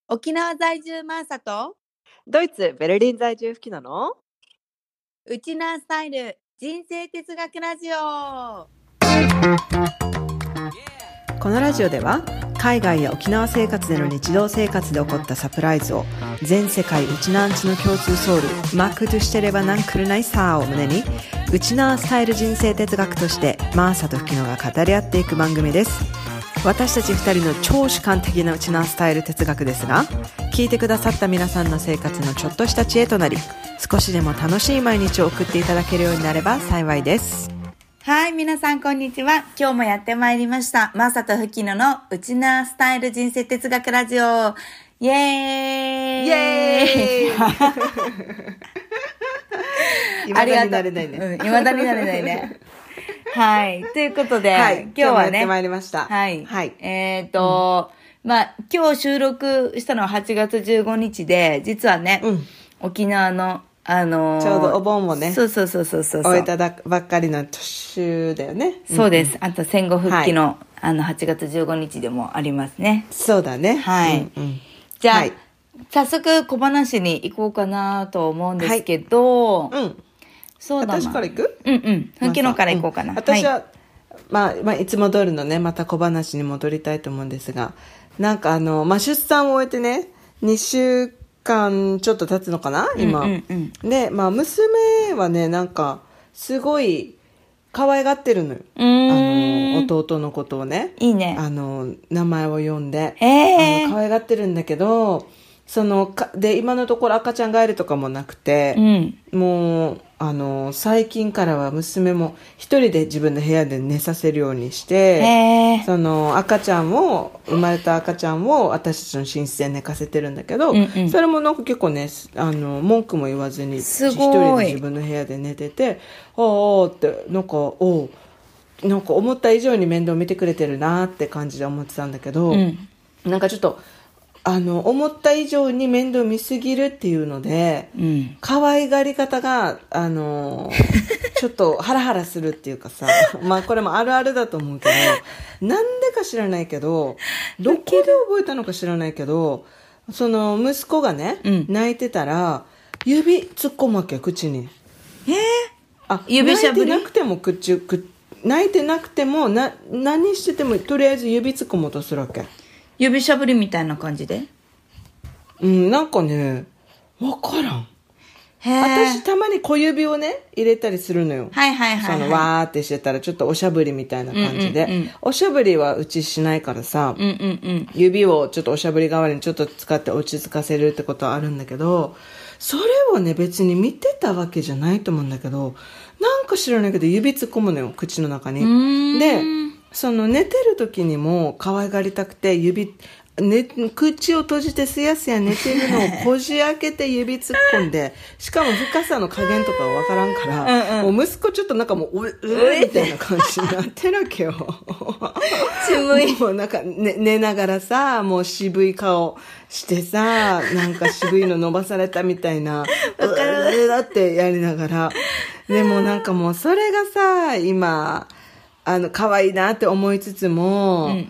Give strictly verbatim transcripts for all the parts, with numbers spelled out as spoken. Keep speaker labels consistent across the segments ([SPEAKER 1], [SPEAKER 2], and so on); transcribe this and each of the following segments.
[SPEAKER 1] 沖縄在住マーサと
[SPEAKER 2] ドイツベルリン在住フキノの
[SPEAKER 1] ウチナースタイル人生哲学ラジオ。
[SPEAKER 2] このラジオでは海外や沖縄生活での日常生活で起こったサプライズを全世界ウチナーンチの共通ソウルマックとしてればなんくるないさーを胸にウチナースタイル人生哲学としてマーサとフキノが語り合っていく番組です。私たちふたりの超主観的なウチナースタイル哲学ですが、聞いてくださった皆さんの生活のちょっとした知恵となり、少しでも楽しい毎日を送っていただけるようになれば幸いです。
[SPEAKER 1] はい、皆さんこんにちは。今日もやってまいりましたマーサとフキノのウチナースタイル人生哲学ラジオ。イエーイ
[SPEAKER 2] イエーイ未だになれないね。
[SPEAKER 1] うん、未だになれないね。はい。ということで、
[SPEAKER 2] はい、
[SPEAKER 1] 今日はね。
[SPEAKER 2] 今日もやってまいりました。
[SPEAKER 1] はい。
[SPEAKER 2] はい。
[SPEAKER 1] えっと、うん、まあ、今日収録したのははちがつじゅうごにちで、実はね、うん、沖縄の、あのー、
[SPEAKER 2] ちょうどお盆もね、
[SPEAKER 1] そうそうそうそうそう。
[SPEAKER 2] 終えたばっかりの年だよね。
[SPEAKER 1] そうです。あと戦後復帰の、はい、あの、はちがつじゅうごにちでもありますね。
[SPEAKER 2] そうだね。
[SPEAKER 1] はい。
[SPEAKER 2] うんうん、
[SPEAKER 1] じゃあ、はい、早速小話に行こうかなと思うんですけど、
[SPEAKER 2] はい、うん。
[SPEAKER 1] そうだな。
[SPEAKER 2] 私から行く？
[SPEAKER 1] うんうん。ふきのから行こうかな。
[SPEAKER 2] うん、私は、はい、まあ、まあ、いつも通りのね、また小話に戻りたいと思うんですが、なんかあの、まあ、出産を終えてね、にしゅうかんちょっと経つのかな今、うんうんうん、で、まあ、娘はね、なんかすごい可愛がってるのよ。あの弟のことをね、
[SPEAKER 1] いいね、
[SPEAKER 2] あの名前を呼んで、
[SPEAKER 1] えー、
[SPEAKER 2] あの可愛がってるんだけど、そのかで今のところ赤ちゃん帰りとかもなくて、うん、もうあの最近からは娘も一人で自分の部屋で寝させるようにして、その赤ちゃんを生まれた赤ちゃんを私たちの寝室で寝かせてるんだけど、うんうん、それもなんか結構ね、あの文句も言わずに一人で自分の部屋で寝てて、おーってなんかおーなんか思った以上に面倒見てくれてるなって感じで思ってたんだけど、うん、なんかちょっとあの思った以上に面倒見すぎるっていうので、うん、可愛がり方があのちょっとハラハラするっていうかさまあこれもあるあるだと思うけど、なんでか知らないけどどこで覚えたのか知らないけど、その息子がね、うん、泣いてたら指突っ込むわけよ口に。
[SPEAKER 1] えー、
[SPEAKER 2] あ指しゃぶり？泣いてなくても口口泣いてなくてもな何しててもとりあえず指突っ込もうとするわけ。
[SPEAKER 1] 指しゃぶりみたいな感じで？
[SPEAKER 2] うん、なんかね分からん。私たまに小指をね入れたりするのよ。
[SPEAKER 1] はいはいはい、はい、
[SPEAKER 2] そのわーってしてたらちょっとおしゃぶりみたいな感じで、うんうんうん、おしゃぶりはうちしないからさ、うんうんうん、指をちょっとおしゃぶり代わりにちょっと使って落ち着かせるってことはあるんだけど、それをね別に見てたわけじゃないと思うんだけど、なんか知らないけど指突っ込むのよ口の中に。でその寝てる時にも可愛がりたくて指ね、口を閉じてすやすや寝てるのをこじ開けて指突っ込んで、しかも深さの加減とかは分からんから、うんうん、もう息子ちょっとなんかもううえうえみたいな感じになってるわけよ。
[SPEAKER 1] 渋い。
[SPEAKER 2] もうなんか、ね、寝ながらさ、もう渋い顔してさ、なんか渋いの伸ばされたみたいな、
[SPEAKER 1] 分かる
[SPEAKER 2] だってやりながら、でもなんかもうそれがさ今あの可愛いなって思いつつも、うんうんうん、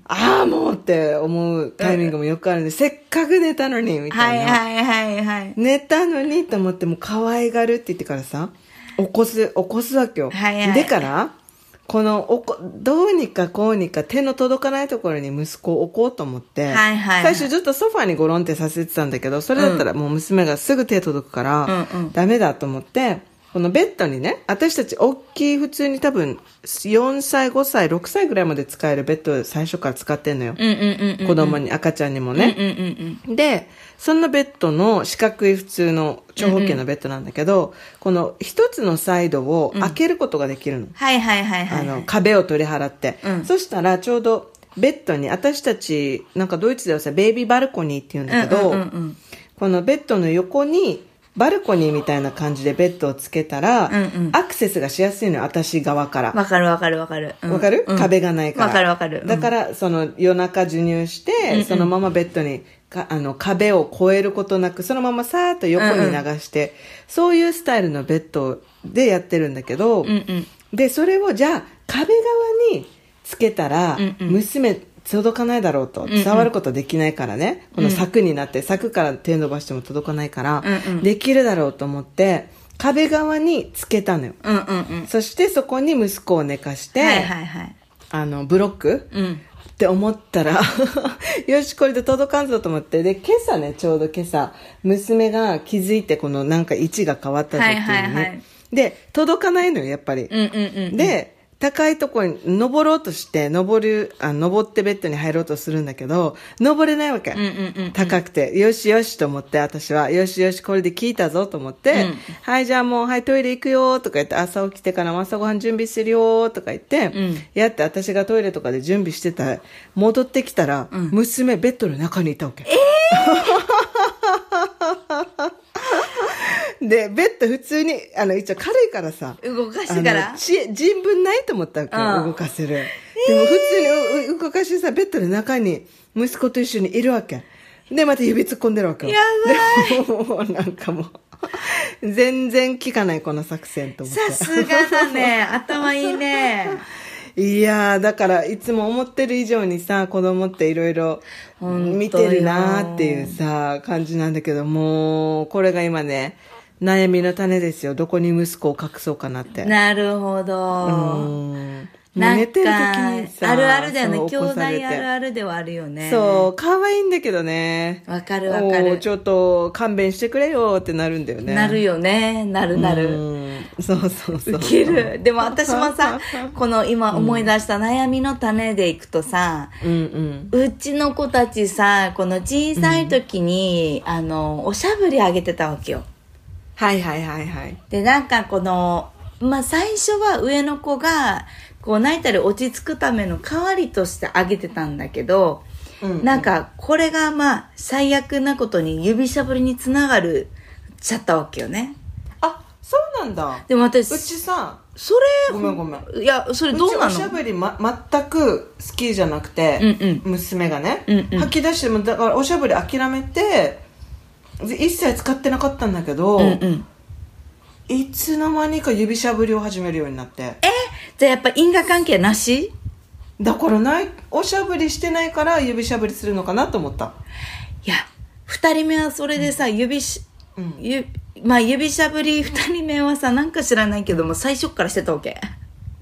[SPEAKER 2] ああもうって思うタイミングもよくあるんで、うん、せっかく寝たのにみたいな、
[SPEAKER 1] はいはいはいはい、
[SPEAKER 2] 寝たのにと思っても可愛がるって言ってからさ起こす起こすわけよ、
[SPEAKER 1] はいはい、
[SPEAKER 2] でからこのおこどうにかこうにか手の届かないところに息子を置こうと思って、
[SPEAKER 1] はいはいはい、
[SPEAKER 2] 最初ずっとソファにゴロンってさせてたんだけど、それだったらもう娘がすぐ手届くから、うん、ダメだと思ってこのベッドにね、私たち大きい普通に多分よんさい、ごさい、ろくさいぐらいまで使えるベッドを最初から使ってんのよ、うんうんうんうん、子供に赤ちゃんにもね、うんうんうん、でそのベッドの四角い普通の長方形のベッドなんだけど、うんうん、この一つのサイドを開けることができるの、うん、
[SPEAKER 1] はいはいはいはい、
[SPEAKER 2] あの壁を取り払って、うん、そしたらちょうどベッドに私たちなんかドイツではさベイビーバルコニーっていうんだけど、うんうんうんうん、このベッドの横にバルコニーみたいな感じでベッドをつけたら、うんうん、アクセスがしやすいのよ、私側から。
[SPEAKER 1] わかるわかるわかる。わ、
[SPEAKER 2] うん、かる、うん、壁がないから。
[SPEAKER 1] わかるわかる。
[SPEAKER 2] だから、その夜中授乳して、うんうん、そのままベッドにかあの壁を越えることなく、そのままさーっと横に流して、うんうん、そういうスタイルのベッドでやってるんだけど、うんうん、で、それをじゃあ壁側につけたら、うんうん、娘届かないだろうと、伝わることできないからね、うんうん、この柵になって柵から手伸ばしても届かないから、うんうん、できるだろうと思って壁側につけたのよ、うんうんうん、そしてそこに息子を寝かして、はいはいはい、あのブロック、うん、って思ったらよしこれで届かんぞと思って、で今朝ね、ちょうど今朝娘が気づいて、このなんか位置が変わったぞっていうのね、はいはいはい、で届かないのよやっぱり、うんうんうんうん、で高いところに登ろうとして登るあ登ってベッドに入ろうとするんだけど登れないわけ、うんうんうんうん、高くて、よしよしと思って、私はよしよしこれで聞いたぞと思って、うん、はいじゃあもうはいトイレ行くよとか言って、朝起きてから朝ごはん準備するよとか言って、うん、やって私がトイレとかで準備してたら戻ってきたら、うん、娘ベッドの中にいたわけ、えーでベッド普通にあの一応軽いからさ、
[SPEAKER 1] 動かしてから
[SPEAKER 2] 人分ないと思ったわけ、うん、動かせる、でも普通に動かしてさ、ベッドの中に息子と一緒にいるわけで、また指突っ込んでるわけよ、
[SPEAKER 1] やばい、
[SPEAKER 2] でもうなんかもう全然効かないこの作戦と思って、
[SPEAKER 1] さすがだね頭いいね
[SPEAKER 2] いやーだからいつも思ってる以上にさ、子供っていろいろ見てるなーっていうさ感じなんだけど、もうこれが今ね悩みの種ですよ。どこに息子を隠そうかなって。
[SPEAKER 1] なるほど。うん。なんかあるあるだよね。兄弟あるあるではあるよね。
[SPEAKER 2] そう、可愛いんだけどね。
[SPEAKER 1] わかるわかる。
[SPEAKER 2] ちょっと勘弁してくれよってなるんだよね。
[SPEAKER 1] なるよね。なるなる。
[SPEAKER 2] そうそうそう。
[SPEAKER 1] ウケる。でも私もさ、この今思い出した悩みの種でいくとさ、うんうん、うちの子たちさ、この小さい時に、うん、あのおしゃぶりあげてたわけよ。
[SPEAKER 2] はいはいはいはい。
[SPEAKER 1] でなんかこのまあ最初は上の子がこう泣いたり落ち着くための代わりとしてあげてたんだけど、うんうん、なんかこれがまあ最悪なことに指しゃぶりにつながるちゃったわけよね。
[SPEAKER 2] あ、そうなんだ。
[SPEAKER 1] でも私
[SPEAKER 2] うちさ、
[SPEAKER 1] それ
[SPEAKER 2] ごめんごめん。
[SPEAKER 1] いやそれどうなの？
[SPEAKER 2] うちおしゃぶり、ま、全く好きじゃなくて、うんうん、娘がね、うんうん、吐き出してもだからおしゃぶり諦めて一切使ってなかったんだけど、うんうん、いつの間にか指しゃぶりを始めるようになって。
[SPEAKER 1] え、じゃあやっぱ因果関係なし？
[SPEAKER 2] だからない、おしゃぶりしてないから指しゃぶりするのかなと思った。
[SPEAKER 1] いや、二人目はそれでさ、うん、指し、うん、ゆまあ指しゃぶり二人目はさ、なんか知らないけども最初からしてたわけ。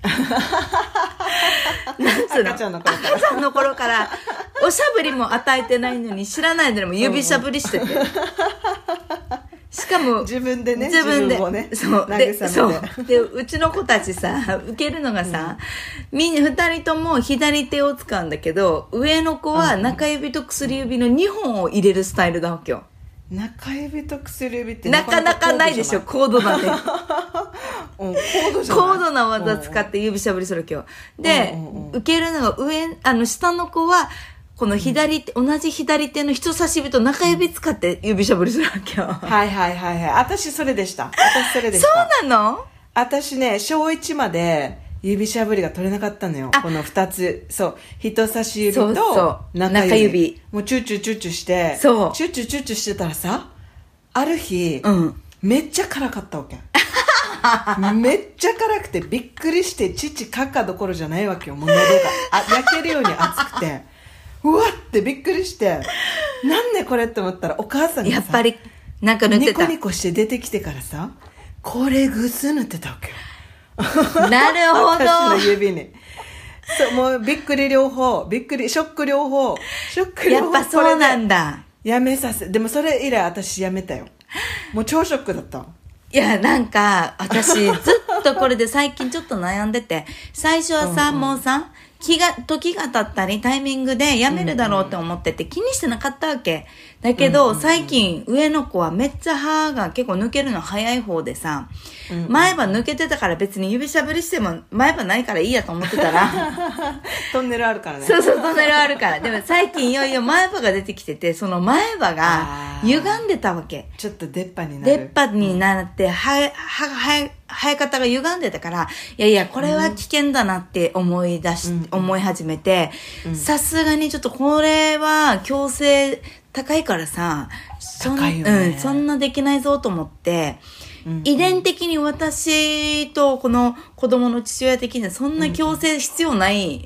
[SPEAKER 1] なんつうの？赤ちゃんの頃から。赤ちゃんの頃からおしゃぶりも与えてないのに知らないでも指しゃぶりしてて。うんうん、しかも
[SPEAKER 2] 自分でね、
[SPEAKER 1] 自分で
[SPEAKER 2] 自分をね、
[SPEAKER 1] そうで、そうでうちの子たちさ、受けるのがさ、うん、みんな二人とも左手を使うんだけど、上の子は中指と薬指の二本を入れるスタイルだわけよ。
[SPEAKER 2] 中指と薬指って
[SPEAKER 1] なかなかないでしょ、高度なね。
[SPEAKER 2] うん、高度じゃない
[SPEAKER 1] 高度な技使って指しゃぶりするわけよ。で、うんうんうん、受けるのが上、あの下の子はこの左手、うん、同じ左手の人差し指と中指使って指しゃぶりするわけよ。
[SPEAKER 2] はいはいはいはい。私それでした。私それでした。
[SPEAKER 1] そうなの？
[SPEAKER 2] 私ね、小いちまで指しゃぶりが取れなかったのよ。この二つ。そう。人差し指と中指。中指。もうチューチューチューチューして、そう。チューチューチューチューしてたらさ、ある日、うん、めっちゃ辛かったわけ。めっちゃ辛くてびっくりして、父カカどころじゃないわけよ。もう喉があ焼けるように熱くて。うわってびっくりしてなんでこれって思ったら、お母さんがさ
[SPEAKER 1] やっぱりなんか塗ってた、
[SPEAKER 2] ニコニコして出てきてからさ、これグス塗ってたわけよ。
[SPEAKER 1] なるほど。
[SPEAKER 2] 私の指にそう、もうびっくり両方、びっくりショック両方、ショック両方。
[SPEAKER 1] やっぱそうなんだ。
[SPEAKER 2] やめさせ、でもそれ以来私やめたよ。もう超ショックだった。
[SPEAKER 1] いやなんか私ずっとこれで最近ちょっと悩んでて、最初はさ、うんうん、もうさ気が時が経ったりタイミングでやめるだろうって思ってて気にしてなかったわけだけど、うんうんうん、最近上の子はめっちゃ歯が結構抜けるの早い方でさ、うんうん、前歯抜けてたから別に指しゃぶりしても前歯ないからいいやと思ってたら
[SPEAKER 2] トンネルあるからね。
[SPEAKER 1] そうそう、トンネルあるから。でも最近いよいよ前歯が出てきてて、その前歯が歪んでたわけ。
[SPEAKER 2] ちょっと出っ歯になる。
[SPEAKER 1] 出っ歯になって歯、歯が生え生え方が歪んでたから、いやいやこれは危険だなって思い出し、うん、思い始めて、さすがにちょっとこれは矯正高いからさ、そん、高いよね、うん、そんなできないぞと思って、うんうん、遺伝的に私とこの子供の父親的にはそんな矯正必要ない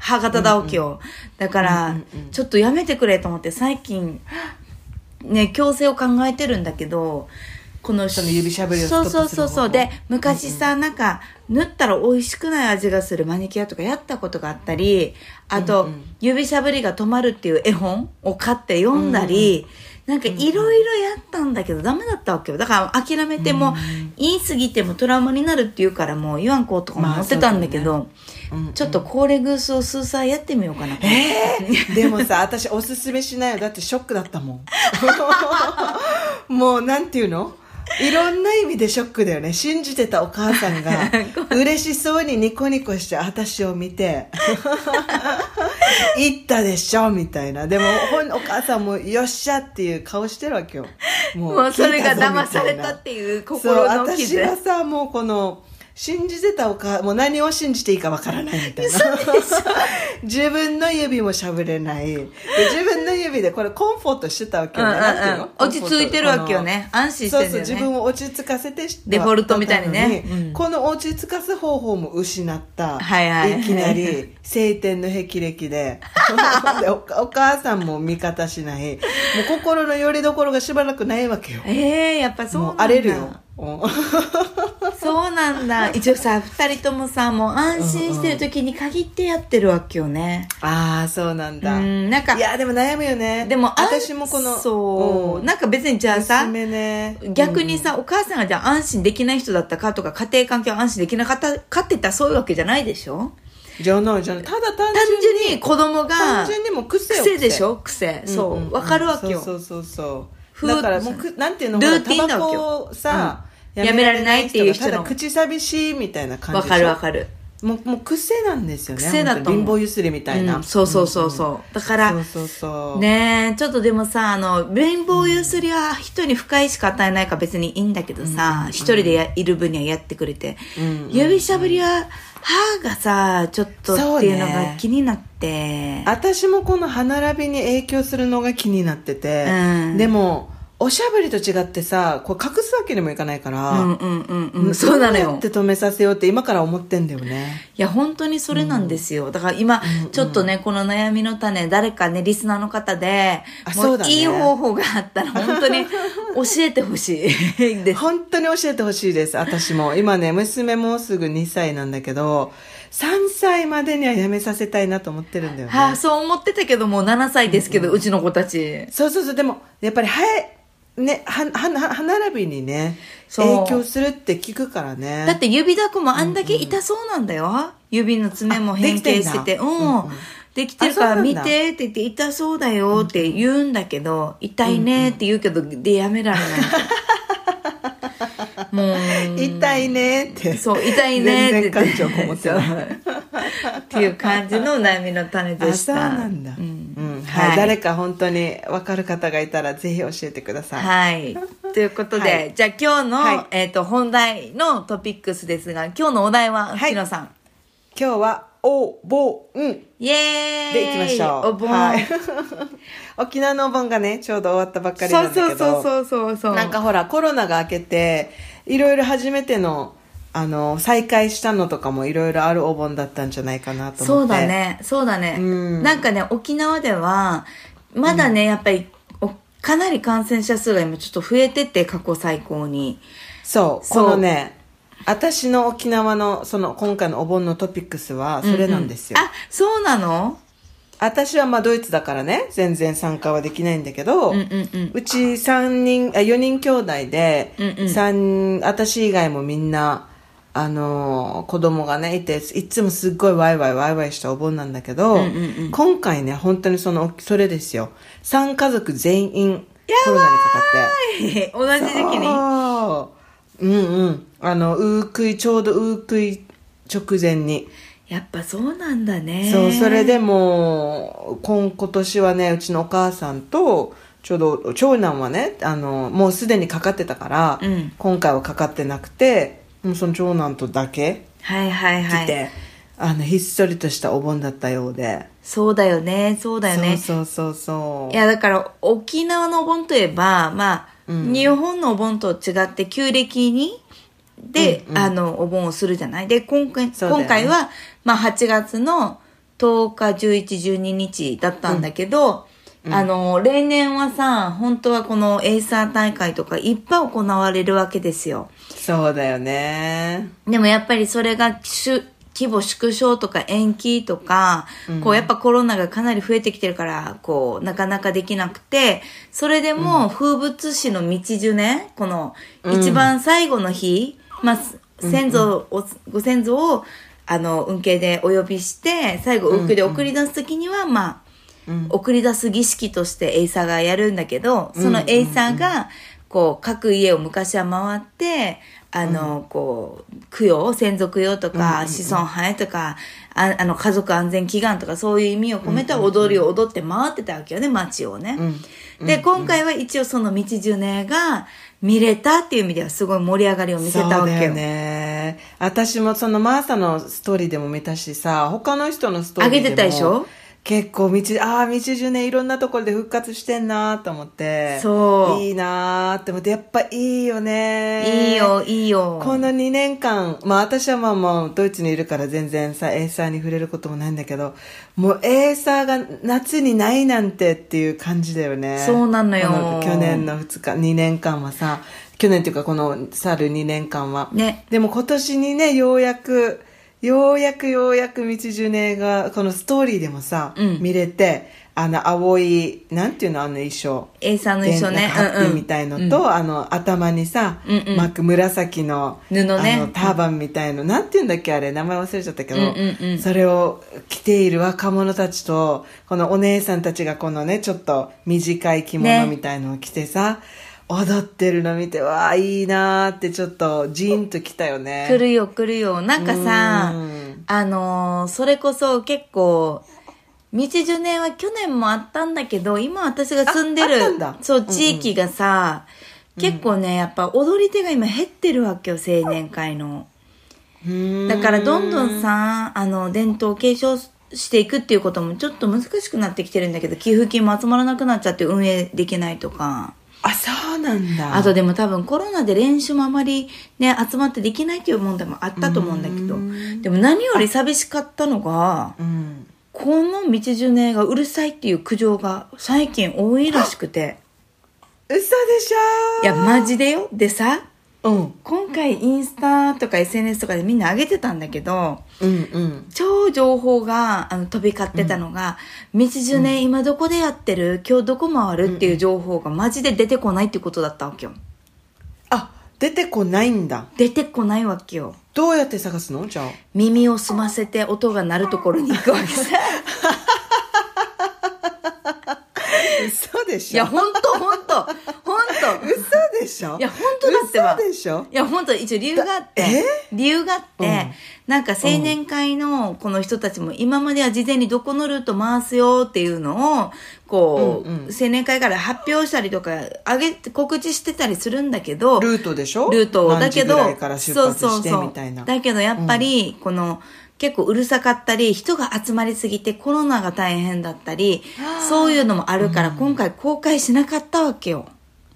[SPEAKER 1] 歯型だわけよ、うんうん、だから、
[SPEAKER 2] うんうんうん、
[SPEAKER 1] ちょっとやめてくれと思って最近ね矯正を考えてるんだけど、この
[SPEAKER 2] その指しゃぶりをストップする
[SPEAKER 1] そうそうそうそうで昔さ、うんうん、なんか塗ったら美味しくない味がするマニキュアとかやったことがあったり、あと、うんうん、指しゃぶりが止まるっていう絵本を買って読んだり、うんうん、なんかいろいろやったんだけどダメだったわけよ。だから諦めても、うん、言い過ぎてもトラウマになるって言うからもう言わんこうとかも思ってたんだけど、まあそうだね、うんうん、ちょっとコーレグースを数歳やってみようかな。
[SPEAKER 2] えー、でもさ私おすすめしないよ。だってショックだったもんもうなんていうの、いろんな意味でショックだよね。信じてたお母さんが嬉しそうにニコニコして私を見て言ったでしょみたいな。でもお母さんもよっしゃっていう顔してるわけよ。
[SPEAKER 1] もう、もうそれが騙されたっていう心の傷。
[SPEAKER 2] そう、私はさもうこの信じてたおかもう何を信じていいかわからないみたいな自分の指もしゃぶれないで自分の指でこれコンフォートしてたわけよね、うんうんうん、なんていうの
[SPEAKER 1] 落ち着いてるわけよね、安心してるんだよね。
[SPEAKER 2] そうそう自分を落ち着かせて
[SPEAKER 1] デフォルトみたいにね、
[SPEAKER 2] うん、この落ち着かす方法も失った、
[SPEAKER 1] はいはいはい、
[SPEAKER 2] いきなり晴天の霹靂でで お, お母さんも味方しない、もう心の拠り所がしばらくないわけよ。
[SPEAKER 1] えー、やっぱそうなんだ。
[SPEAKER 2] もう荒れるよ
[SPEAKER 1] そうなんだ。一応さふたりともさもう安心してる時に限ってやってるわけよね、
[SPEAKER 2] うんうん、ああそうなんだ。
[SPEAKER 1] うんなんか
[SPEAKER 2] いやでも悩むよね。
[SPEAKER 1] でも
[SPEAKER 2] 私もこの
[SPEAKER 1] そう、うん、なんか別にじゃあさ、
[SPEAKER 2] ね、
[SPEAKER 1] 逆にさ、うん、お母さんがじゃあ安心できない人だったかとか家庭環境安心できなかったかって言ったらそういうわけじゃないでしょ。
[SPEAKER 2] じゃないじゃない、ただ単
[SPEAKER 1] 純に単純に子供が
[SPEAKER 2] 単純にも癖を
[SPEAKER 1] 癖でしょ癖、そう、うんうん、分かるわけよ。
[SPEAKER 2] そうそうそうだからもうくなんていうの、
[SPEAKER 1] ルーティンだわけよ。
[SPEAKER 2] タバコをさ、
[SPEAKER 1] うん、やめられないっていう人の
[SPEAKER 2] ただ口寂しいみたいな感じでしょ。
[SPEAKER 1] 分かる分かる。
[SPEAKER 2] もう、もう癖なんですよね。
[SPEAKER 1] 癖だと思う。
[SPEAKER 2] 貧乏ゆすりみたいな、
[SPEAKER 1] うん、そうそうそうそう、うんうん、だから
[SPEAKER 2] そうそうそう
[SPEAKER 1] ねえちょっとでもさあの貧乏ゆすりは人に不快しか与えないから別にいいんだけどさ、うん、一人でやいる分にはやってくれて、うん、指しゃぶりは歯がさちょっとっていうのが気になって、ね、
[SPEAKER 2] 私もこの歯並びに影響するのが気になってて、うん、でもおしゃぶりと違ってさこう隠すわけにもいかないから、
[SPEAKER 1] うんうんうんうん、そうなのよ。
[SPEAKER 2] どうやって止めさせようって今から思ってんだよね。
[SPEAKER 1] いや本当にそれなんですよ、うん、だから今、うんうん、ちょっとねこの悩みの種誰かねリスナーの方でもういい方法があったら本当に教えてほしいです
[SPEAKER 2] 本当に教えてほしいです。私も今ね娘もうすぐにさいなんだけどさんさいまでにはやめさせたいなと思ってるんだよね。
[SPEAKER 1] はあ、そう思ってたけどもうななさいですけど、うんうん、うちの子たち
[SPEAKER 2] そうそうそうでもやっぱり早いね、歯並びにね影響するって聞くからね。
[SPEAKER 1] だって指だこもあんだけ痛そうなんだよ、うんうん、指の爪も変形しててうん、うんうん、できてるから見てって言って痛そうだよって言うんだけど、うん、痛いねって言うけど、うんうん、でやめられないもう
[SPEAKER 2] 痛いねって
[SPEAKER 1] そう痛いねって
[SPEAKER 2] 全然感情こもってない
[SPEAKER 1] っていう感じの悩みの種でした。
[SPEAKER 2] あそうなんだ、うんうんはいはい、誰か本当に分かる方がいたらぜひ教えてください。
[SPEAKER 1] はいということで、はい、じゃあ今日の、はいえー、と本題のトピックスですが今日のお題は内野さん、はい、
[SPEAKER 2] 今日はお盆
[SPEAKER 1] イエーイ
[SPEAKER 2] でいきましょう。お盆、はい、沖縄のお盆がねちょうど終わったばっかりなんだけど
[SPEAKER 1] そうそうそうそうそう
[SPEAKER 2] なんかほらコロナが明けていろいろ初めてのあの再開したのとかもいろいろあるお盆だったんじゃないかなと思って。
[SPEAKER 1] そうだねそうだね、うん、なんかね沖縄ではまだね、うん、やっぱりかなり感染者数が今ちょっと増えてて過去最高に
[SPEAKER 2] そうこのね私の沖縄のその今回のお盆のトピックスはそれなんですよ、
[SPEAKER 1] うんうん、あそうなの。
[SPEAKER 2] 私はまあドイツだからね全然参加はできないんだけど、うんうんうん、うちさんにんあよにん兄弟で、うんうん、さん私以外もみんなあのー、子供がねいていつもすっごいワイワイワイワイしたお盆なんだけど、うんうんうん、今回ね本当にそのそれですよさん家族全員コロナにかかって
[SPEAKER 1] 同じ時期に
[SPEAKER 2] うんうんあのウークイちょうどウークイ直前に
[SPEAKER 1] やっぱそうなんだね。
[SPEAKER 2] そうそれでも今今年はねうちのお母さんとちょうど長男はねあのもうすでにかかってたから、うん、今回はかかってなくてもうその長男とだけ
[SPEAKER 1] はいはいはい
[SPEAKER 2] 来て、あのひっそりとしたお盆だったようで。
[SPEAKER 1] そうだよねそうだよね
[SPEAKER 2] そうそうそうそう
[SPEAKER 1] いやだから沖縄のお盆といえばまあ、うん、日本のお盆と違って旧暦にで、うんうん、あのお盆をするじゃないで今回、ね、今回は、まあ、はちがつのとおか、じゅういち、じゅうににちだったんだけど、うん、あの、例年はさ、本当はこのエイサー大会とかいっぱい行われるわけですよ。
[SPEAKER 2] そうだよね。
[SPEAKER 1] でもやっぱりそれが規模縮小とか延期とか、うん、こうやっぱコロナがかなり増えてきてるから、こう、なかなかできなくて、それでも風物詩の道順ね、この一番最後の日、うん、まあ、先祖を、うんうん、ご先祖を、あの、運慶でお呼びして、最後、運慶で送り出すときには、うんうん、まあ、うん、送り出す儀式としてエイサーがやるんだけど、そのエイサーが、こう、各家を昔は回って、あの、うん、こう、供養、先祖供養とか、うん、子孫繁栄とか、あ, あの、家族安全祈願とか、そういう意味を込めた踊りを踊って回ってたわけよね、街をね。うん、で、今回は一応その道順ねが見れたっていう意味ではすごい盛り上がりを見せたわけよ。
[SPEAKER 2] そうだよね。私もそのマーサのストーリーでも見たしさ、他の人のストーリーでも。
[SPEAKER 1] 上げてたでしょ？
[SPEAKER 2] 結構道、ああ、道順ね、いろんなところで復活してんなと思って。
[SPEAKER 1] そう。
[SPEAKER 2] いいなーって思って、やっぱいいよね。
[SPEAKER 1] いいよ、いいよ。
[SPEAKER 2] このにねんかん、まあ私はまあもうドイツにいるから全然さ、エイサーに触れることもないんだけど、もうエイサーが夏にないなんてっていう感じだよね。
[SPEAKER 1] そうなのよ。
[SPEAKER 2] この去年のふつか、にねんかんはさ、去年っていうかこの去るにねんかんは。ね。でも今年にね、ようやく、ようやくようやく道順ねがこのストーリーでもさ、うん、見れて、あの青いなんていうの、あの衣装、
[SPEAKER 1] エイサーの衣装ね、
[SPEAKER 2] ハッピーみたいのと、うんうん、あの頭にさ、うんうん、巻く紫の
[SPEAKER 1] 布ね、
[SPEAKER 2] あのターバンみたいの、なんていうんだっけあれ、名前忘れちゃったけど、うんうんうん、それを着ている若者たちとこのお姉さんたちがこのねちょっと短い着物みたいのを着てさ、ね、踊ってるの見て、わあいいなーってちょっとジーンときたよね。
[SPEAKER 1] 来るよ来るよ。なんかさ、あのー、それこそ結構道順ねは去年もあったんだけど、今私が住んでるそう地域がさ、うんうん、結構ねやっぱ踊り手が今減ってるわけよ、青年会の。だからどんどんさ、あの伝統を継承していくっていうこともちょっと難しくなってきてるんだけど、寄付金も集まらなくなっちゃって運営できないとか。
[SPEAKER 2] あ、そうなんだ。
[SPEAKER 1] あとでも多分コロナで練習もあまりね集まってできないっていう問題もあったと思うんだけど、でも何より寂しかったのが、うん、この道順ねがうるさいっていう苦情が最近多いらしくて。
[SPEAKER 2] 嘘でしょ？
[SPEAKER 1] いやマジでよ。でさ、
[SPEAKER 2] うん、
[SPEAKER 1] 今回インスタとか エスエヌエス とかでみんな上げてたんだけど、
[SPEAKER 2] うんうん、
[SPEAKER 1] 超情報があの飛び交ってたのが、うん、道順ね、うん、今どこでやってる、今日どこ回るっていう情報がマジで出てこないっていうことだったわけよ。
[SPEAKER 2] あ、出てこないんだ。
[SPEAKER 1] 出てこないわけよ。
[SPEAKER 2] どうやって探すの？じゃあ
[SPEAKER 1] 耳を澄ませて音が鳴るところに行くわけさ。
[SPEAKER 2] 嘘でしょ？
[SPEAKER 1] いや本当本当本当
[SPEAKER 2] 嘘でしょ？
[SPEAKER 1] いや本当だってば。
[SPEAKER 2] 嘘でしょ？
[SPEAKER 1] いや本当一応理由があって理由があって、うん、なんか青年会のこの人たちも今までは事前にどこのルート回すよっていうのをこう、うんうん、青年会から発表したりとか上げ告知してたりするんだけど、
[SPEAKER 2] ルートでしょ？
[SPEAKER 1] ルートだけど、
[SPEAKER 2] 何時ぐらいから出発してみたいな。
[SPEAKER 1] そうそうそう。だけどやっぱりこの、うん、結構うるさかったり人が集まりすぎてコロナが大変だったりそういうのもあるから、うん、今回公開しなかったわけよ。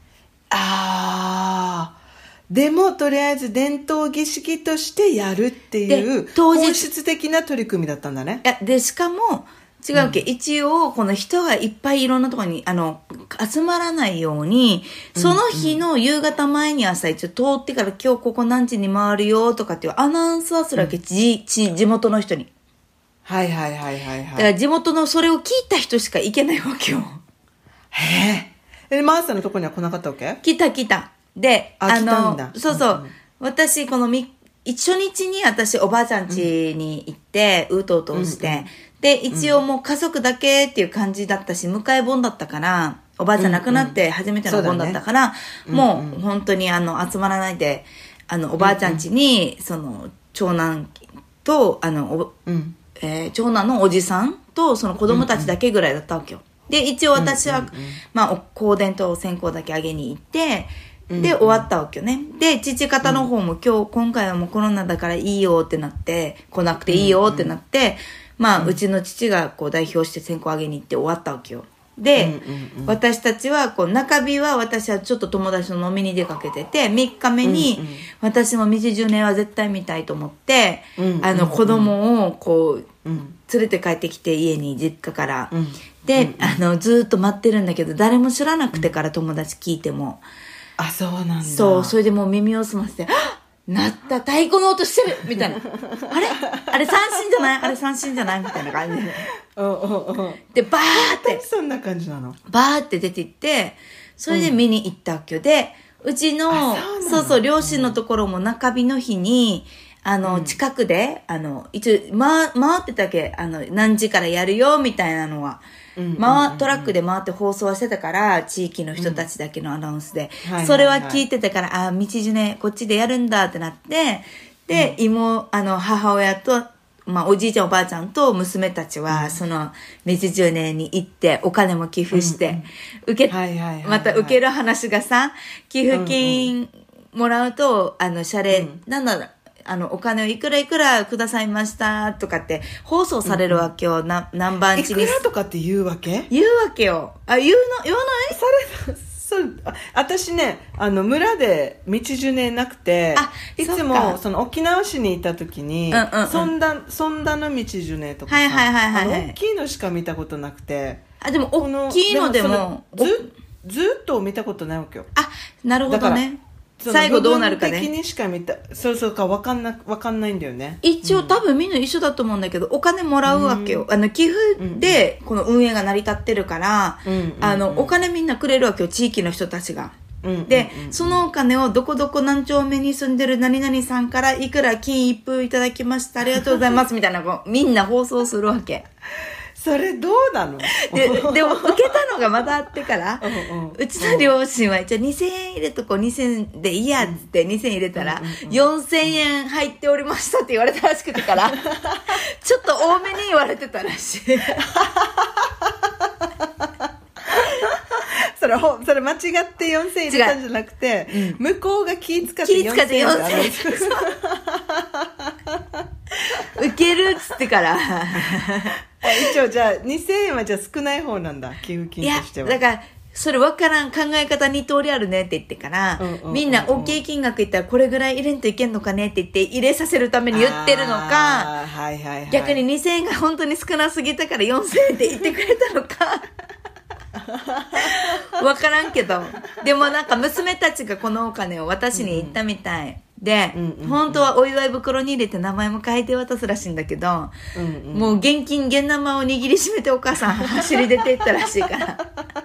[SPEAKER 2] ああ、でもとりあえず伝統儀式としてやるっていう本質的な取り組みだったんだね。
[SPEAKER 1] いやでしかも違うわけ、うん、一応この人がいっぱいいろんなところにあの集まらないようにその日の夕方前に朝一応通ってから今日ここ何時に回るよとかっていうアナウンスはするわけ、うん、地, 地元の人に。
[SPEAKER 2] はいはいはいはいはい。
[SPEAKER 1] だから地元のそれを聞いた人しか行けないわけよ。
[SPEAKER 2] へえ。マーサのとこには来なかったわけ？
[SPEAKER 1] 来た来た。で、
[SPEAKER 2] あ、あの来たんだ。
[SPEAKER 1] そうそう、うんうん、私このみ初日に私おばあちゃん家に行って、うん、うとうとして、うんうん、で一応もう家族だけっていう感じだったし、迎え盆だったからおばあちゃん亡くなって初めての盆だったから、うんうん、もう本当にあの集まらないであのおばあちゃん家に、うんうん、その長男とあのお、うんえー、長男のおじさんとその子供たちだけぐらいだったわけよ。で一応私は、うんうんうん、まあ、香典と線香だけあげに行ってで終わったわけよね。で父方の方も今日今回はもうコロナだからいいよってなって来なくていいよってなって、まあうちの父がこう代表して線香あげに行って終わったわけよ。 で、
[SPEAKER 2] うんうんうん、
[SPEAKER 1] 私たちはこう中日は私はちょっと友達と飲みに出かけてて、みっかめに私も道じゅうねんは絶対見たいと思って、うんうんうん、あの子供をこう連れて帰ってきて家に実家から、うん、で、うんうん、あのずっと待ってるんだけど誰も知らなくてから友達聞いても、
[SPEAKER 2] あ、そうなんだ。
[SPEAKER 1] そう、それでもう耳を澄ませて、なった太鼓の音してるみたいなあれあれ三振じゃないあれ三振じゃないみたいな感じででバーって
[SPEAKER 2] そんな感じなの
[SPEAKER 1] バーって出て行って、それで見に行ったわけよ。でうちのそうそう両親のところも中日の日にあの、うん、近くであの一応回、回ってたっけ、あの何時からやるよみたいなのは、うんうんうんうん、回トラックで回って放送はしてたから、地域の人たちだけのアナウンスで、うん、それは聞いてたから、あ、道じゅねこっちでやるんだってなって、で、うん、妹あの母親と、まあ、おじいちゃんおばあちゃんと娘たちは、うん、その道じゅうねんに行ってお金も寄付して、うん、受け、はいはいはいはい、また受ける話がさ、寄付金もらうと、あの謝礼、うん、なんだろう、あのお金をいくらいくらくださいましたとかって放送されるわけよ、うん、な何番地に
[SPEAKER 2] いくらとかって言うわけ
[SPEAKER 1] 言うわけよ。あ、言うの言わない
[SPEAKER 2] それそうあ私ね、あの村で道じゅうねんなくて、いつもその沖縄市にいた時に、うんうんうん、そんだそんだの道じゅうねんとかさ、はいはいはいはい、あの大きいのしか見たことなくて、
[SPEAKER 1] あでも大きいのでも、でも
[SPEAKER 2] ずずっと見たことないわけよ。
[SPEAKER 1] あ、なるほどね。最後どうなるかね。
[SPEAKER 2] 部分的にしか見た、そうそうか分かんな分かんないんだよね。
[SPEAKER 1] 一応、うん、多分みんな一緒だと思うんだけど、お金もらうわけよ。うん、あの寄付でこの運営が成り立ってるから、うん、あのお金みんなくれるわけよ、地域の人たちが。うん、で、うん、そのお金をどこどこ何丁目に住んでる何々さんからいくら金一封いただきました、ありがとうございますみたいなこうみんな放送するわけ。
[SPEAKER 2] それどうなの？
[SPEAKER 1] で, でも受けたのがまだあってからうん、うん、うちの両親はじゃあにせんえん入れとこうにせんえんでいいやっつってにせんえん入れたら、うんうん、よんせんえん入っておりましたって言われたらしくてからちょっと多めに言われてたらしい
[SPEAKER 2] それほそれ間違ってよんせんえん入れたんじゃなくて、うん、向こうが気使ってよんせんえん
[SPEAKER 1] 受けるっつってから
[SPEAKER 2] 一応じゃあにせんえんはじゃあ少ない方なんだ、寄付金としては。
[SPEAKER 1] いやだからそれ分からん、考え方に通りあるねって言ってから、うんうんうんうん、みんな大きい金額言ったらこれぐらい入れんといけんのかねって言って入れさせるために言ってるのか、
[SPEAKER 2] はいはいはい、
[SPEAKER 1] 逆ににせんえんが本当に少なすぎたからよんせんえんって言ってくれたのか分からんけど、でもなんか娘たちがこのお金を渡しに行ったみたい、うんで、うんうんうん、本当はお祝い袋に入れて名前も書いて渡すらしいんだけど、うんうん、もう現金現生を握りしめてお母さん走り出ていったらしいから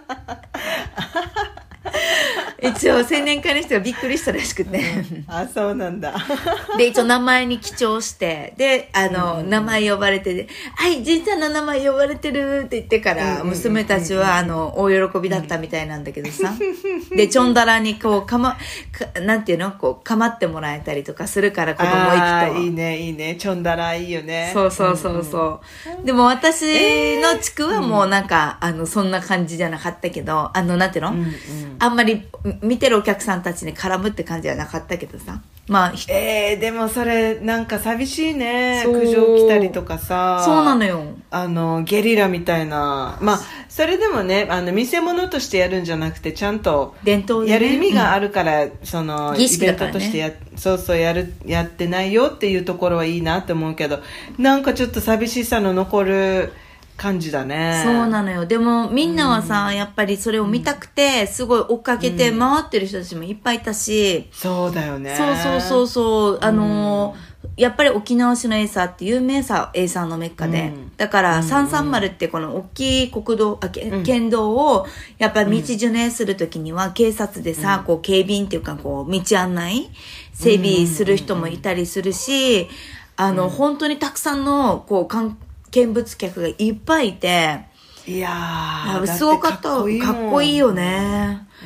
[SPEAKER 1] 一応青年会の人がびっくりしたらしくて、
[SPEAKER 2] うん、あ、そうなんだ
[SPEAKER 1] で一応名前に記帳してであの、うんうん、名前呼ばれてはいじいちゃんの名前呼ばれてるって言ってから娘たちはあの大喜びだったみたいなんだけどさ、うん、でちょんだらにこうかまかなんていうのこうかまってもらえたりとかするから子供行くと
[SPEAKER 2] いいねいいね、ちょんだらいいよね。
[SPEAKER 1] そうそうそうそう、うんうん、でも私の地区はもうなんか、えー、あのそんな感じじゃなかったけど、あのなんていうの、うんうん、あんまり見てるお客さんたちに絡むって感じはなかったけどさ、まあ
[SPEAKER 2] えー、でもそれなんか寂しいね。苦情来たりとかさ、
[SPEAKER 1] そうなのよ、
[SPEAKER 2] あのゲリラみたいな、まあそれでもね、あの見せ物としてやるんじゃなくてちゃんと
[SPEAKER 1] 伝統で、ね、
[SPEAKER 2] やる意味があるから、うん、そのイベントとしてや、
[SPEAKER 1] ね、
[SPEAKER 2] そうそうやるやってないよっていうところはいいなって思うけど、なんかちょっと寂しさの残る感じだね。
[SPEAKER 1] そうなのよ。でもみんなはさ、うん、やっぱりそれを見たくてすごい追っかけて回ってる人たちもいっぱいいたし、うん、
[SPEAKER 2] そうだよね。
[SPEAKER 1] そうそうそうそう、あのーうん、やっぱり沖縄市のエイサーって有名さ、エイサーのメッカで、うん、だからさんさんまるってこの大きい国道あ県道をやっぱり道巡礼するときには警察でさ、うん、こう警備員っていうかこう道案内整備する人もいたりするし、あの、うん、本当にたくさんのこう観見物客がいっぱいいて、
[SPEAKER 2] いやー
[SPEAKER 1] すごかった。かっこいい、かっこいいよね。うん、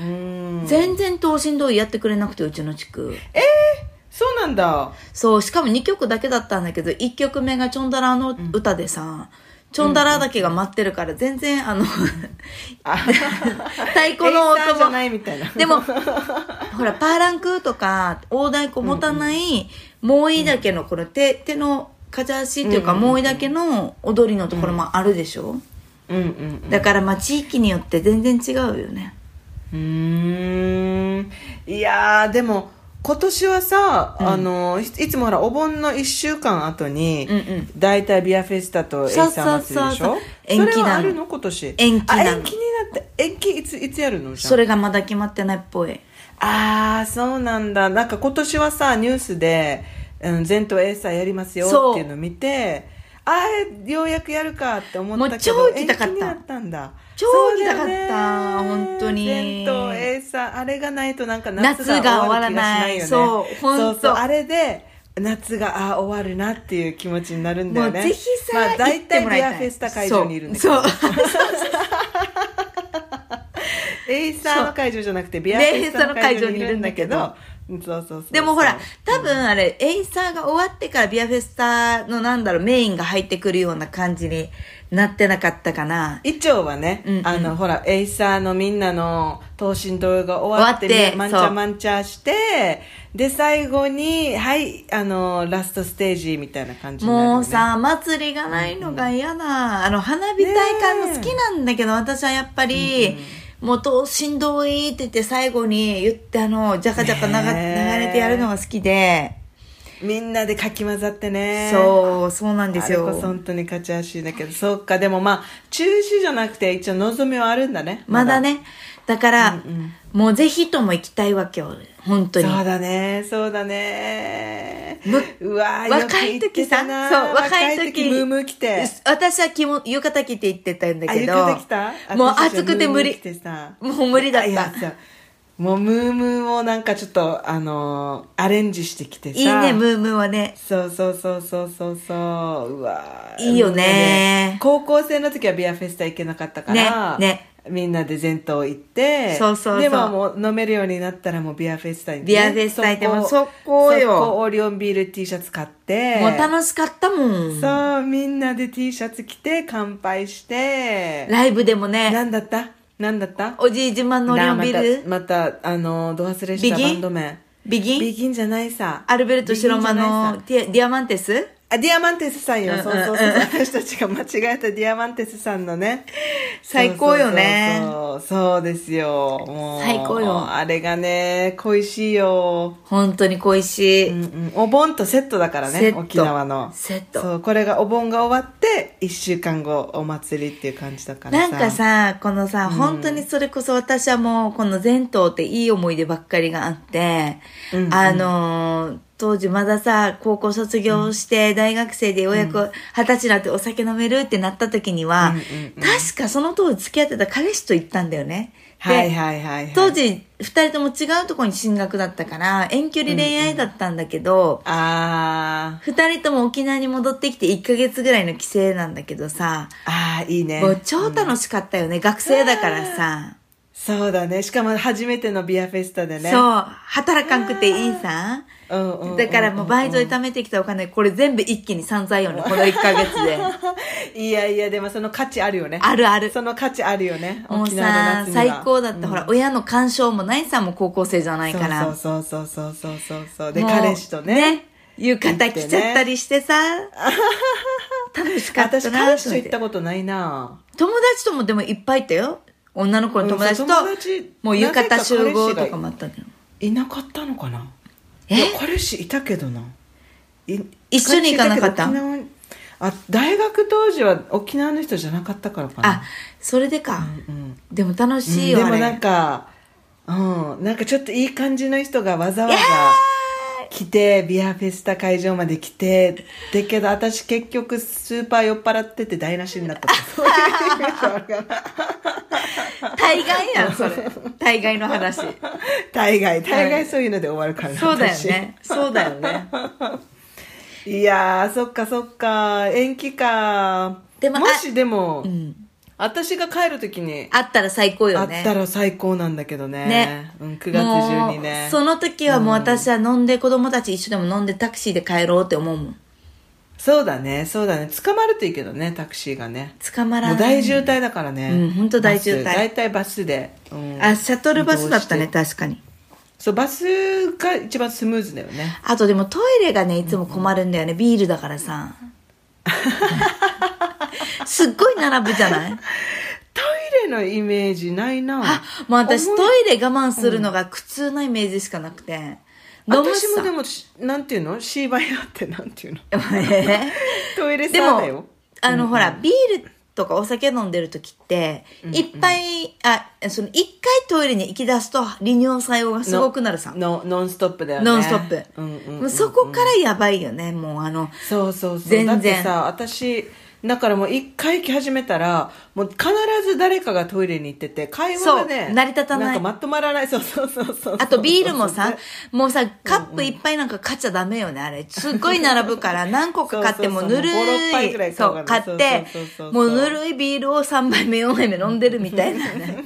[SPEAKER 1] 全然等身同意やってくれなくて、うちの地区。
[SPEAKER 2] えー、そうなんだ。
[SPEAKER 1] そう、しかもにきょくだけだったんだけど、いっきょくめがチョンダラの歌でさ、うん、チョンダラだけが待ってるから全然あの、うん、太鼓の音も
[SPEAKER 2] じゃないみたいな。
[SPEAKER 1] でもほらパーランクとか大太鼓持たない、うんうん、もういいだけのこの手手のかじゃ足っていうか、うんうんうん、もういだけの踊りのところもあるでしょ、
[SPEAKER 2] うんうんうん、
[SPEAKER 1] だからまあ地域によって全然違うよね。
[SPEAKER 2] うーん、いやーでも今年はさ、うん、あのいつもほらお盆のいっしゅうかん後に、うんうん、だいたいビアフェスタとエイサー祭りでしょ。そうそうそうそう、延期なの。それはあるの今年。
[SPEAKER 1] 延期なの。
[SPEAKER 2] あ、延期になって、延期いついつやるの？じゃ
[SPEAKER 1] それがまだ決まってないっぽい。
[SPEAKER 2] ああ、そうなんだ。なんか今年はさニュースで、うん、全島エイサーやりますよっていうのを見て、ああようやくやるかって思ったけど、
[SPEAKER 1] もう超行きたかった。
[SPEAKER 2] 延期になったんだ。
[SPEAKER 1] 超行きたかった、本当に。
[SPEAKER 2] 全島エイサーあれがないとなんか夏が終わる気がしないよね。
[SPEAKER 1] そう、本当。そうそう、
[SPEAKER 2] あれで夏があ終わるなっていう気持ちになるんだよね。
[SPEAKER 1] もうぜひさ、
[SPEAKER 2] まあ、大体ビアフェスタ会場にいるんだけど。そう。エイサーの会場じゃなくてビアフェスタの会場にいるんだけど。そうそうそうそう。
[SPEAKER 1] でもほら、多分あれ、うん、エイサーが終わってからビアフェスタのなんだろう、メインが入ってくるような感じになってなかったかな。
[SPEAKER 2] 一応はね、うんうん、あのほらエイサーのみんなの等身大が終わって終わってマンチャマンチャしてで最後にはいあのラストステージみたいな感じになるよね。
[SPEAKER 1] もうさ祭りがないのが嫌だ、うんうん、あの花火大会も好きなんだけど、私はやっぱり、うんうん、もう等身大って言って最後に言ってあのジャカジャカ流れてやるのが好きで、
[SPEAKER 2] みんなでかき混ざってね。
[SPEAKER 1] そうそうなんですよ。
[SPEAKER 2] あれこそ本当に勝ち足だけど、そうか。でもまあ中止じゃなくて一応望みはあるんだね。
[SPEAKER 1] まだね。だから、うんうん、もうぜひとも行きたいわけよ、本当に。
[SPEAKER 2] そうだねそうだね。うわ
[SPEAKER 1] 若い時さ、そう若い時
[SPEAKER 2] ムームー来て、
[SPEAKER 1] 私は着も浴衣着て行ってたんだけど、
[SPEAKER 2] あ浴衣着た？
[SPEAKER 1] もう暑くて無理、もう無理だった。
[SPEAKER 2] もうムームーをなんかちょっとあのー、アレンジしてきてさ。
[SPEAKER 1] いいねムームーはね。
[SPEAKER 2] そうそうそうそうそうそう。うわ
[SPEAKER 1] いいよね。
[SPEAKER 2] 高校生の時はビアフェスタ行けなかったから
[SPEAKER 1] ねね
[SPEAKER 2] みんなで全島行って、
[SPEAKER 1] そうそうそう。
[SPEAKER 2] でももう飲めるようになったらもうビアフェスタ行って、
[SPEAKER 1] ビアフェスタ行ってもそこよ。
[SPEAKER 2] そこオリオンビール T シャツ買って、
[SPEAKER 1] もう楽しかったもん。
[SPEAKER 2] そうみんなで T シャツ着て乾杯して、
[SPEAKER 1] ライブでもね。
[SPEAKER 2] なんだった？なんだった？
[SPEAKER 1] おじい自慢のオリオンビール。
[SPEAKER 2] また、またあのど忘れしたバンド名。
[SPEAKER 1] ビギン？
[SPEAKER 2] ビギンじゃないさ。
[SPEAKER 1] アルベルト・シロマのディアマンテス？
[SPEAKER 2] あ、ディアマンテスさんよ、うんうんうん、そうそうそう、私たちが間違えたディアマンテスさんのね、
[SPEAKER 1] 最高よね。
[SPEAKER 2] そうそうそう、そうですよ、もう
[SPEAKER 1] 最高よ。
[SPEAKER 2] あれがね恋しいよ、
[SPEAKER 1] 本当に恋しい、
[SPEAKER 2] うんうん、お盆とセットだからね、沖縄の
[SPEAKER 1] セット、
[SPEAKER 2] そうこれがお盆が終わっていっしゅうかんごお祭りっていう感じだから
[SPEAKER 1] さ、なんかさこのさ、うん、本当にそれこそ私はもうこの全島っていい思い出ばっかりがあって、うんうん、あのー当時まださ高校卒業して大学生でようやく二十歳になってお酒飲めるってなった時には、うんうんうん、確かその当時付き合ってた彼氏と行ったんだよね。
[SPEAKER 2] はいはいはい、はい、
[SPEAKER 1] 当時二人とも違うところに進学だったから遠距離恋愛だったんだけど、
[SPEAKER 2] うんうん、あ
[SPEAKER 1] 二人とも沖縄に戻ってきていっかげつぐらいの帰省なんだけどさ、
[SPEAKER 2] あーいいね、
[SPEAKER 1] もう超楽しかったよね、うん、学生だからさ。
[SPEAKER 2] そうだね、しかも初めてのビアフェスタでね、
[SPEAKER 1] そう働かんくていいさ、
[SPEAKER 2] うんうんうんうん、
[SPEAKER 1] だからもうバイトで貯めてきたお金これ全部一気に散財よね、このいっかげつで。
[SPEAKER 2] いやいやでもその価値あるよね、
[SPEAKER 1] あるある、
[SPEAKER 2] その価値あるよね、
[SPEAKER 1] もうさ最高だった、うん、ほら親の干渉もないさ、もう高校生じゃないから、
[SPEAKER 2] そうそうそうそうそうそうで彼氏とね
[SPEAKER 1] ね浴衣着ちゃったりしてさ、ね、楽しかったな。
[SPEAKER 2] 私彼氏と行ったことないな。
[SPEAKER 1] 友達ともでもいっぱいいたよ、女の子の友達と、うん、友達もう浴衣集合とかもあったのよ。
[SPEAKER 2] いなかったのかな。
[SPEAKER 1] え、
[SPEAKER 2] いや彼氏いたけどな、い
[SPEAKER 1] 一緒に行かなかった。
[SPEAKER 2] あ、大学当時は沖縄の人じゃなかったからかな。
[SPEAKER 1] あ、それでか、うんうん、でも楽しいよ、
[SPEAKER 2] うん、でもなんか、うん、なんかちょっといい感じの人がわざわざ来てビアフェスタ会場まで来て、だけど私結局スーパー酔っ払ってて台無しになった。
[SPEAKER 1] 大概やんそれ、大概の話。
[SPEAKER 2] 大概大概そういうので終わるから、ね、
[SPEAKER 1] そうだよね、そうだよね。
[SPEAKER 2] いやーそっかそっか、延期か。でももしでも、うん、私が帰るときに
[SPEAKER 1] あったら最高よね。
[SPEAKER 2] あったら最高なんだけどね。ね、うん、くがつ中にね。
[SPEAKER 1] その時はもう私は飲んで、子供たち一緒でも飲んでタクシーで帰ろうって思うもん。
[SPEAKER 2] そうだねそうだね、捕まるといいけどね、タクシーがね。
[SPEAKER 1] 捕まらない。
[SPEAKER 2] もう大渋滞だからね。
[SPEAKER 1] うん、本当大渋滞。
[SPEAKER 2] 大体バスで、
[SPEAKER 1] うん、あ、シャトルバスだったね、確かに。
[SPEAKER 2] そう、バスが一番スムーズだよね。
[SPEAKER 1] あとでもトイレがねいつも困るんだよね、うん、ビールだからさ。 すっごい並ぶじゃない？
[SPEAKER 2] トイレのイメージないな。
[SPEAKER 1] あ、もう私トイレ我慢するのが苦痛なイメージしかなくて。
[SPEAKER 2] うん、私もでも、なんていうの？シーバイアってなんていうの？トイレサーだよ。でも、
[SPEAKER 1] あの、うん、ほら、ビールとかお酒飲んでる時って、うんうん、いっぱい、あ、その、一回トイレに行き出すと利尿作用がすごくなるさ。
[SPEAKER 2] ノンストップだよね。
[SPEAKER 1] ノンストップ。うんうんうんうん、そこからやばいよね、もうあの。
[SPEAKER 2] そうそうそう。
[SPEAKER 1] 全然。
[SPEAKER 2] だってさ、私、だからもう一回行き始めたら、もう必ず誰かがトイレに行ってて、会話がね、
[SPEAKER 1] 成り立たない。
[SPEAKER 2] なんかまとまらない。そうそうそうそう。
[SPEAKER 1] あとビールもさ、もうさ、カップいっぱいなんか買っちゃダメよね、あれ。すっごい並ぶから、何個か買ってもぬるい、そう、買って、もうぬるいビールをさんばいめ、よんばいめ飲んでるみたいなね。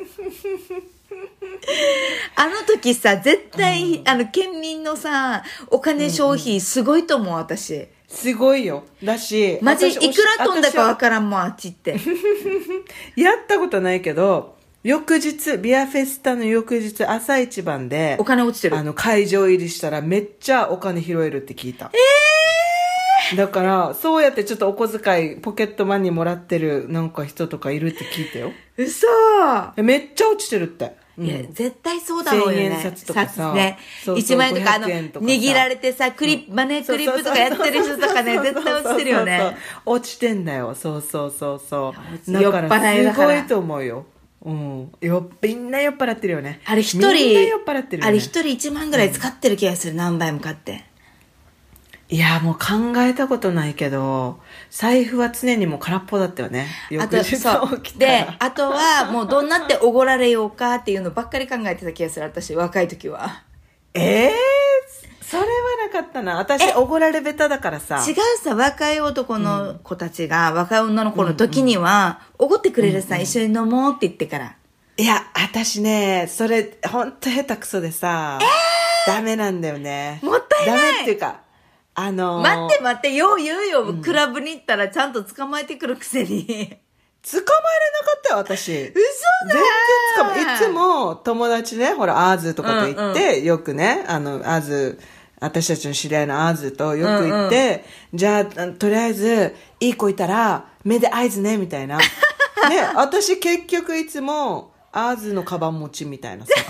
[SPEAKER 1] あの時さ、絶対、うん、あの、県民のさ、お金消費すごいと思う、私。
[SPEAKER 2] すごいよ。だし、
[SPEAKER 1] マジいくら飛んだかわからんもん、あっちって。
[SPEAKER 2] やったことないけど、翌日、ビアフェスタの翌日、朝一番で、
[SPEAKER 1] お金落ちてる。
[SPEAKER 2] あの、会場入りしたらめっちゃお金拾えるって聞いた。えー、だから、そうやってちょっとお小遣い、ポケットマネーもらってるなんか人とかいるって聞いたよ。
[SPEAKER 1] 嘘。
[SPEAKER 2] めっちゃ落ちてるって。
[SPEAKER 1] いや、絶対そうだろうよね。
[SPEAKER 2] せんえん札とかさ。
[SPEAKER 1] ね。
[SPEAKER 2] そうそう
[SPEAKER 1] いちまん円とか、あの、
[SPEAKER 2] ごひゃくえんとかさ
[SPEAKER 1] 握られてさ、クリップ、マネークリップとかやってる人とかね、絶対落ちてるよね。
[SPEAKER 2] 落ちてんだよ。そうそうそうそう。
[SPEAKER 1] 酔っ払いだから。
[SPEAKER 2] すごいと思うよ。うん。よ、みんな酔っ払ってるよね。
[SPEAKER 1] あれ一人、
[SPEAKER 2] みんな酔っ払ってるよね。
[SPEAKER 1] あれ一人いちまんぐらい使ってる気がする、うん、何倍も買って。
[SPEAKER 2] いや、もう考えたことないけど、財布は常にもう空っぽだったよね。
[SPEAKER 1] あと、そう。で、あとは、もうどんなっておごられようかっていうのばっかり考えてた気がする、私、若い時は。
[SPEAKER 2] ええー、それはなかったな。私、おごられベタだからさ。
[SPEAKER 1] 違うさ、若い男の子たちが、うん、若い女の子の時には、おごってくれるさ、うんうん、一緒に飲もうって言ってから。
[SPEAKER 2] いや、私ね、それ、ほんと下手くそでさ、えー、ダメなんだよね。
[SPEAKER 1] もったいない。
[SPEAKER 2] ダメっていうか、あのー、
[SPEAKER 1] 待って待って、よう言うよ、うん、クラブに行ったらちゃんと捕まえてくるくせに。捕まえれなか
[SPEAKER 2] ったよ、私。
[SPEAKER 1] 嘘だ。
[SPEAKER 2] 全然捕まえ、いつも友達ね、ほら、アーズとかと行って、うんうん、よくね、あの、アーズ、私たちの知り合いのアーズとよく行って、うんうん、じゃあ、とりあえず、いい子いたら、目で合図ね、みたいな。ね、私結局いつも、アーズのカバン持ちみたいなさ。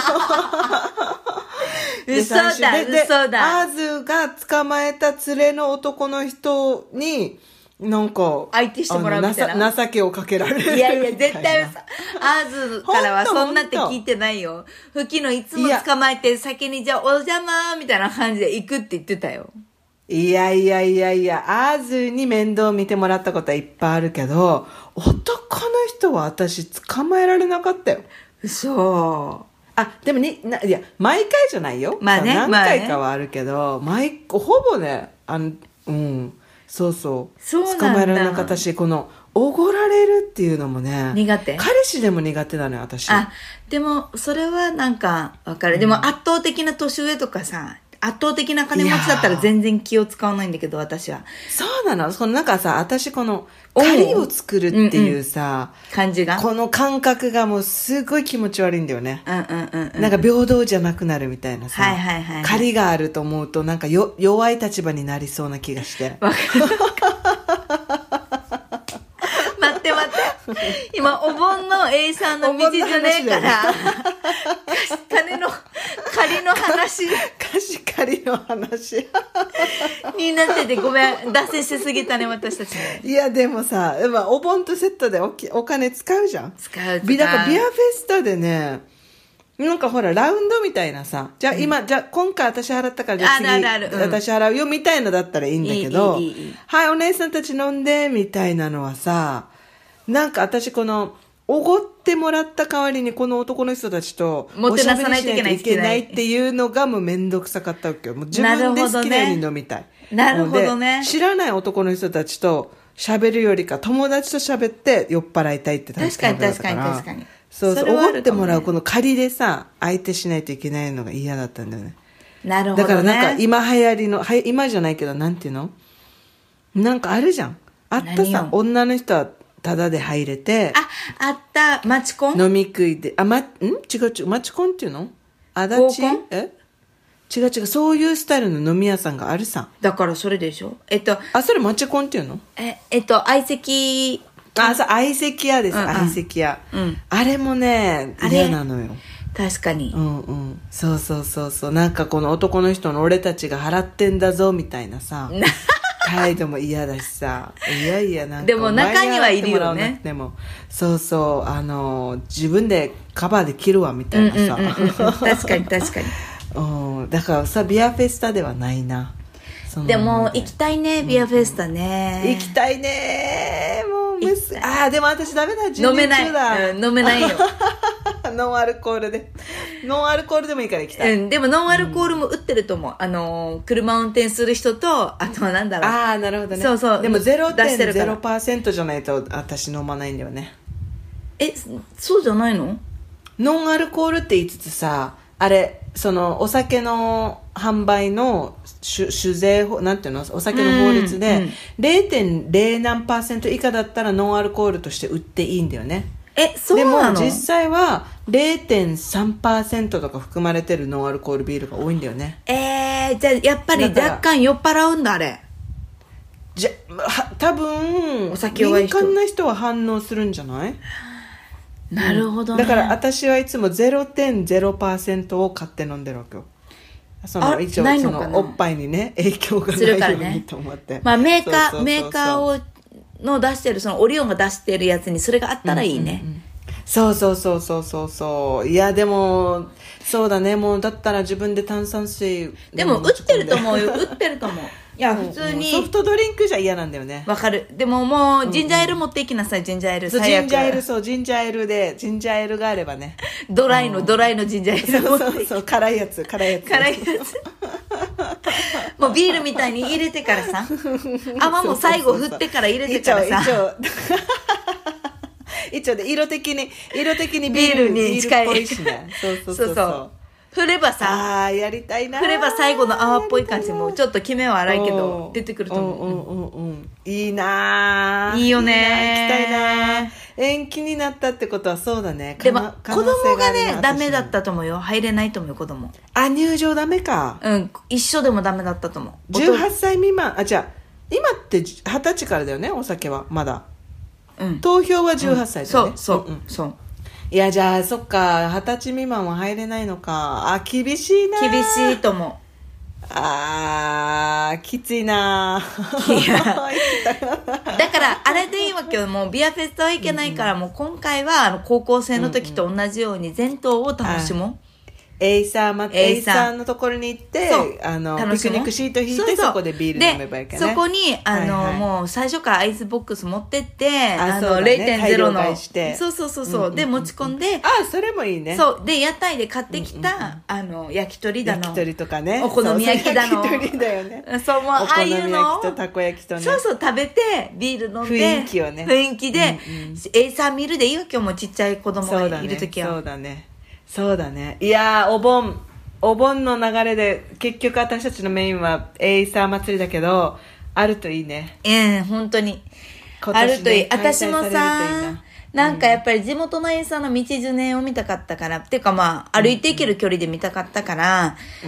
[SPEAKER 1] 嘘だ、嘘だ。
[SPEAKER 2] アーズが捕まえた連れの男の人に、なんか、
[SPEAKER 1] 相手してもらうみたい
[SPEAKER 2] な。情けをかけられる。
[SPEAKER 1] いやいや、絶対さ、アーズからはそんなって聞いてないよ。ふきのいつも捕まえて、先にじゃあお邪魔みたいな感じで行くって言ってたよ。
[SPEAKER 2] いやいやいやいや、アーズに面倒見てもらったことはいっぱいあるけど、男の人は私捕まえられなかったよ。
[SPEAKER 1] 嘘。
[SPEAKER 2] あ、でもに、ないや、毎回じゃないよ。
[SPEAKER 1] まあね。
[SPEAKER 2] 何回かはあるけど、まあね、毎、ほぼね、あの、うん、そうそう。
[SPEAKER 1] そうなんだ。
[SPEAKER 2] 捕まえられなかったし、この、おごられるっていうのもね。
[SPEAKER 1] 苦手。
[SPEAKER 2] 彼氏でも苦手なのよ、私。
[SPEAKER 1] あ、でも、それはなんか、わかる、うん。でも、圧倒的な年上とかさ、圧倒的な金持ちだったら全然気を使わないんだけど、私は。
[SPEAKER 2] そうなの。このなんかさ、私この、借りを作るっていうさ、
[SPEAKER 1] うんうん、感じが。
[SPEAKER 2] この感覚がもうすごい気持ち悪いんだよね。
[SPEAKER 1] うんうんうん、うん。
[SPEAKER 2] なんか平等じゃなくなるみたいなさ。
[SPEAKER 1] はいはいはい、はい。
[SPEAKER 2] 借りがあると思うと、なんかよ弱い立場になりそうな気がして。
[SPEAKER 1] わかる。待って待って。今、お盆の A さんの道じゃねえから、金の、借りの話。
[SPEAKER 2] 貸し借りの話。
[SPEAKER 1] になってて、ごめん、脱線しすぎたね、私たちね。
[SPEAKER 2] いや、でもさ、お盆とセットで お, お金使うじゃん。
[SPEAKER 1] 使う使う。
[SPEAKER 2] だからビアフェスタでね、なんかほら、ラウンドみたいなさ、じゃあ今、うん、じゃあ今回私払ったから、じゃあ次、あるある、うん、私払うよみたいのだったらいいんだけど、いいいいいい、はい、お姉さんたち飲んで、みたいなのはさ、なんか私この、おごってもらった代わりにこの男の人たちと
[SPEAKER 1] もてなさないといけない
[SPEAKER 2] いけないっていうのがもうめんどくさかったわけよ。もう自分で好きなように飲みたい。
[SPEAKER 1] なるほどね。
[SPEAKER 2] 知らない男の人たちと喋るよりか友達と喋って酔っ払いたいって
[SPEAKER 1] 確かに確かに確かに。
[SPEAKER 2] そうそう、おごってもらうこの借りでさ、相手しないといけないのが嫌だったんだよね。
[SPEAKER 1] なるほどね。
[SPEAKER 2] だからなんか今流行りの、は今じゃないけどなんていうのなんかあるじゃん。あったさ、女の人はタダで入れて。
[SPEAKER 1] あ、あった、マチコン
[SPEAKER 2] 飲み食いで、あ、ま、ん違う違う、マチコンっていうの足立え違う違う、そういうスタイルの飲み屋さんがあるさ。
[SPEAKER 1] だからそれでしょ。えっと、
[SPEAKER 2] あ、それマチコンっていうの？
[SPEAKER 1] え、えっと、相席、
[SPEAKER 2] あ、そう、相席屋です、
[SPEAKER 1] うんうん、
[SPEAKER 2] 相席屋。
[SPEAKER 1] うん。
[SPEAKER 2] あれもね、嫌なのよ。
[SPEAKER 1] 確かに。
[SPEAKER 2] うんうん。そうそうそうそう。なんかこの男の人の俺たちが払ってんだぞ、みたいなさ。態度も嫌だしさ。いやいや、なんか。
[SPEAKER 1] でも中にはいるよね。
[SPEAKER 2] でも、そうそう、あの、自分でカバーできるわ、みたいなさ。
[SPEAKER 1] うんうんうんうん、確かに確かに。
[SPEAKER 2] うん、だからさ、ビアフェスタではないな。
[SPEAKER 1] でも行きたいね、ビアフェスタね。
[SPEAKER 2] 行きたいね。もうむすああ、でも私ダメだ、
[SPEAKER 1] 飲めない、うん、飲めないよ。
[SPEAKER 2] ノンアルコールでノンアルコールでもいいから行きたい、
[SPEAKER 1] うん、でもノンアルコールも売ってると思う、うん、あの車運転する人と、あとはなんだろう、
[SPEAKER 2] ああ、なるほどね。
[SPEAKER 1] そうそう、
[SPEAKER 2] でも ゼロてんゼロパーセント じゃないと私飲まないんだよね。
[SPEAKER 1] え、そうじゃないの？
[SPEAKER 2] ノンアルコールって言いつつさ、あれ、そのお酒の販売の酒税、なんていうの、お酒の法律で、うんうん、ゼロてんゼロ 何パーセント以下だったらノンアルコールとして売っていいんだよね。
[SPEAKER 1] え、そうなの？
[SPEAKER 2] でも実際は ゼロてんさんパーセント とか含まれてるノンアルコールビールが多いんだよね。
[SPEAKER 1] えー、じゃあやっぱり若干酔っ払うんだ、あれ。
[SPEAKER 2] じゃ、多分
[SPEAKER 1] お酒弱い人、
[SPEAKER 2] 敏感な人は反応するんじゃない？
[SPEAKER 1] なるほどね。
[SPEAKER 2] だから私はいつも ゼロてんゼロパーセント を買って飲んでるわけよ。その一応そのおっぱいにね影響がないようにと思って、ね、
[SPEAKER 1] まあメーカーメーカーをの出してる、そのオリオンが出してるやつにそれがあったらいいね、うんうんうん、
[SPEAKER 2] そうそうそうそうそうそう。いやでもそうだね、もうだったら自分で炭酸水
[SPEAKER 1] でも売ってると思うよ、売ってると思う。いや普通に
[SPEAKER 2] ソフトドリンクじゃ嫌なんだよね。
[SPEAKER 1] わかる。でももうジンジャーエール持っていきなさい、うんうん、ジンジャーエール。
[SPEAKER 2] そうジンジャーエール、そうジンジャーエールでジンジャーエールがあればね、
[SPEAKER 1] ドライのドライのジンジャーエール、
[SPEAKER 2] そうそうそう、辛いやつ辛いやつ
[SPEAKER 1] 辛いやつもうビールみたいに入れてからさ、泡も最後振ってから入れてからさ、
[SPEAKER 2] 一応一応で色的に色的に
[SPEAKER 1] ビールに近い、
[SPEAKER 2] ビールっぽいしね。そうそうそうそう。
[SPEAKER 1] 振ればさ、
[SPEAKER 2] あーやりたいな。
[SPEAKER 1] 振れば最後の泡っぽい感じもちょっとキメは荒いけど出てくると思う。
[SPEAKER 2] うんうんうんうん、いいなー。
[SPEAKER 1] いいよね
[SPEAKER 2] ー。行きたいなー。延期になったってことはそうだね。
[SPEAKER 1] でも子供がねダメだったと思うよ。入れないと思うよ、子供。
[SPEAKER 2] あ、入場ダメか。
[SPEAKER 1] うん、一緒でもダメだったと思う。
[SPEAKER 2] じゅうはっさい未満、あ、じゃあ今ってはたちからだよね、お酒はまだ。うん、投票はじゅうはっさいだよね、
[SPEAKER 1] うん、そうそう、うんうん、そう。
[SPEAKER 2] いや、じゃあそっか、はたち未満は入れないのか。あ、厳しいな。
[SPEAKER 1] 厳しいと思う。
[SPEAKER 2] あーきついない
[SPEAKER 1] やだからあれでいいわけよ。もうビアフェスタはいけないから、うんうん、もう今回はあの高校生の時と同じように全島を楽しもう。
[SPEAKER 2] エイサー、ま、エイサーのところに行ってあのピクニックシート引いて、そうそう、そこでビール飲めばいいかね。
[SPEAKER 1] そこにあの、はいはい、もう最初からアイスボックス持ってって
[SPEAKER 2] あの、ね、
[SPEAKER 1] ゼロてんゼロ の
[SPEAKER 2] して
[SPEAKER 1] そうそうそうそう、うんうんうん、で持ち込んで、
[SPEAKER 2] あそれもいいね。
[SPEAKER 1] そうで屋台で買ってきた、うんうんうん、あの焼き鳥だの
[SPEAKER 2] 焼き鳥とかね、
[SPEAKER 1] お好み焼きだの、
[SPEAKER 2] そうそう焼き鳥だよね。
[SPEAKER 1] そうもうああいうの
[SPEAKER 2] お好み焼きとたこ焼きとね、
[SPEAKER 1] そうそう食べてビール飲んで
[SPEAKER 2] 雰囲気をね、
[SPEAKER 1] 雰囲気で、うんうん、エイサー見るでいいわけよ、もうちっちゃい子供がいるときは。
[SPEAKER 2] そうだねそうだね。いやお盆お盆の流れで結局私たちのメインはエイサー祭りだけど、あるといいね。
[SPEAKER 1] ええー、本当に、ね、あるといい。私もさ、なんかやっぱり地元のエイサーの道ジュネを見たかったから、っていうかまあ歩いていける距離で見たかったから、うん、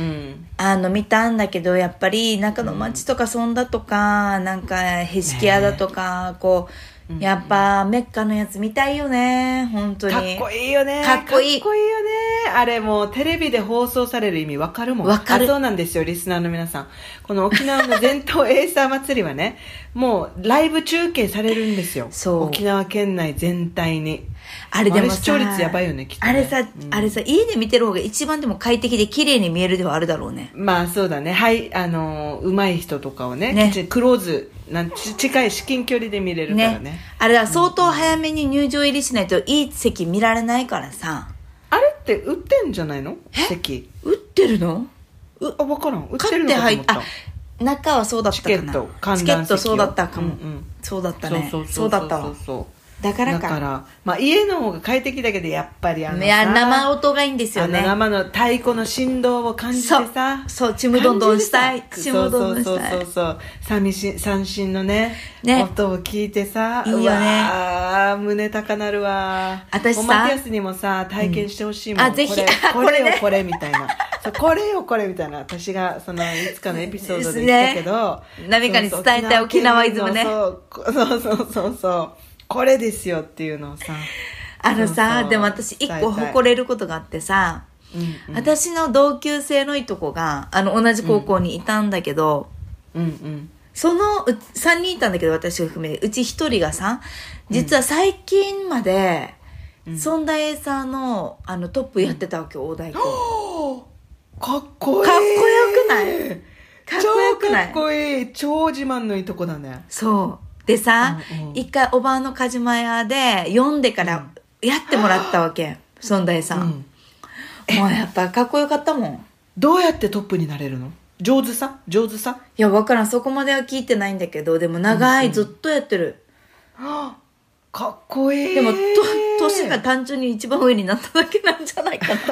[SPEAKER 1] あの見たんだけど、やっぱり中の町とかそんだとか、なんかへしき屋だとか、ね、こうやっぱメッカのやつ見たいよね、本当に。
[SPEAKER 2] かっこいいよね。
[SPEAKER 1] かっこいい。
[SPEAKER 2] かっこいいよね。あれもうテレビで放送される意味わかるもん。
[SPEAKER 1] わかる。
[SPEAKER 2] そうなんですよ、リスナーの皆さん。この沖縄の伝統エイサー祭りはね、もうライブ中継されるんですよ。そう。沖縄県内全体に。
[SPEAKER 1] あれでもさ、
[SPEAKER 2] 視聴率やばいよね、きっとね。
[SPEAKER 1] あれさ、うん、あれさ、家で見てる方が一番でも快適で綺麗に見えるではあるだろうね。
[SPEAKER 2] まあそうだね。はい、あのー、上手い人とかをね、ねクローズ、なん近い至近距離で見れるからね。ね、
[SPEAKER 1] あれは相当早めに入場入りしないといい席見られないからさ。
[SPEAKER 2] あれって売ってんじゃないの？席。
[SPEAKER 1] 売ってるの？
[SPEAKER 2] うあ、分からん。売ってるのかと思った。
[SPEAKER 1] あ、中はそうだったかな。チケット、観覧席。チケットそうだったかも。うんうん、そうだったね。そうそうそうそうそう。そうだったわ。そうそうそうだからか。
[SPEAKER 2] だから、まあ、家の方が快適だけど、やっぱりあのさ、
[SPEAKER 1] いや生音がいいんですよね。
[SPEAKER 2] あの生の太鼓の振動を感じてさ、
[SPEAKER 1] そう、そうちむどんどんしたい。ちむどんどんしたい。
[SPEAKER 2] そうそうそうそう、三振、三振のね、ね音を聞いてさ、
[SPEAKER 1] いいよね。
[SPEAKER 2] ああ、胸高なるわ。
[SPEAKER 1] 私さ、
[SPEAKER 2] おマティアスにもさ、体験してほしいもん。
[SPEAKER 1] うん、あ、ぜひ、
[SPEAKER 2] これ、これよ、これみたいな。 そうこれよこれみたいな、私がそのいつかのエピソードで言ったけど、
[SPEAKER 1] ね、何かに伝えたい沖縄イズムね。
[SPEAKER 2] そうそうそうそうそうこれですよっていうのをさ、
[SPEAKER 1] あのさ、そうそうでも私一個誇れることがあってさ、うんうん、私の同級生のいとこがあの同じ高校にいたんだけど、うんうんうん、そのさんにんいたんだけど、私を含めてうちひとりがさ、実は最近まで、うん、ソンダエさん の, あのトップやってたわけよ、大太鼓。
[SPEAKER 2] かっこいい。
[SPEAKER 1] かっこよくない？かっこよくない？
[SPEAKER 2] 超かっこいい。超自慢のいとこだね。
[SPEAKER 1] そうでさ、うんうん、一回おばあのかじま屋で読んでからやってもらったわけ、ソンダエさん、うん、もうやっぱかっこよかったもん。
[SPEAKER 2] どうやってトップになれるの？上手さ上手さ
[SPEAKER 1] いや分からん、そこまでは聞いてないんだけど、でも長い、うんうん、ずっとやってる。
[SPEAKER 2] はあ、かっこいい。
[SPEAKER 1] でもと年が単純に一番上になっただけなんじゃないかな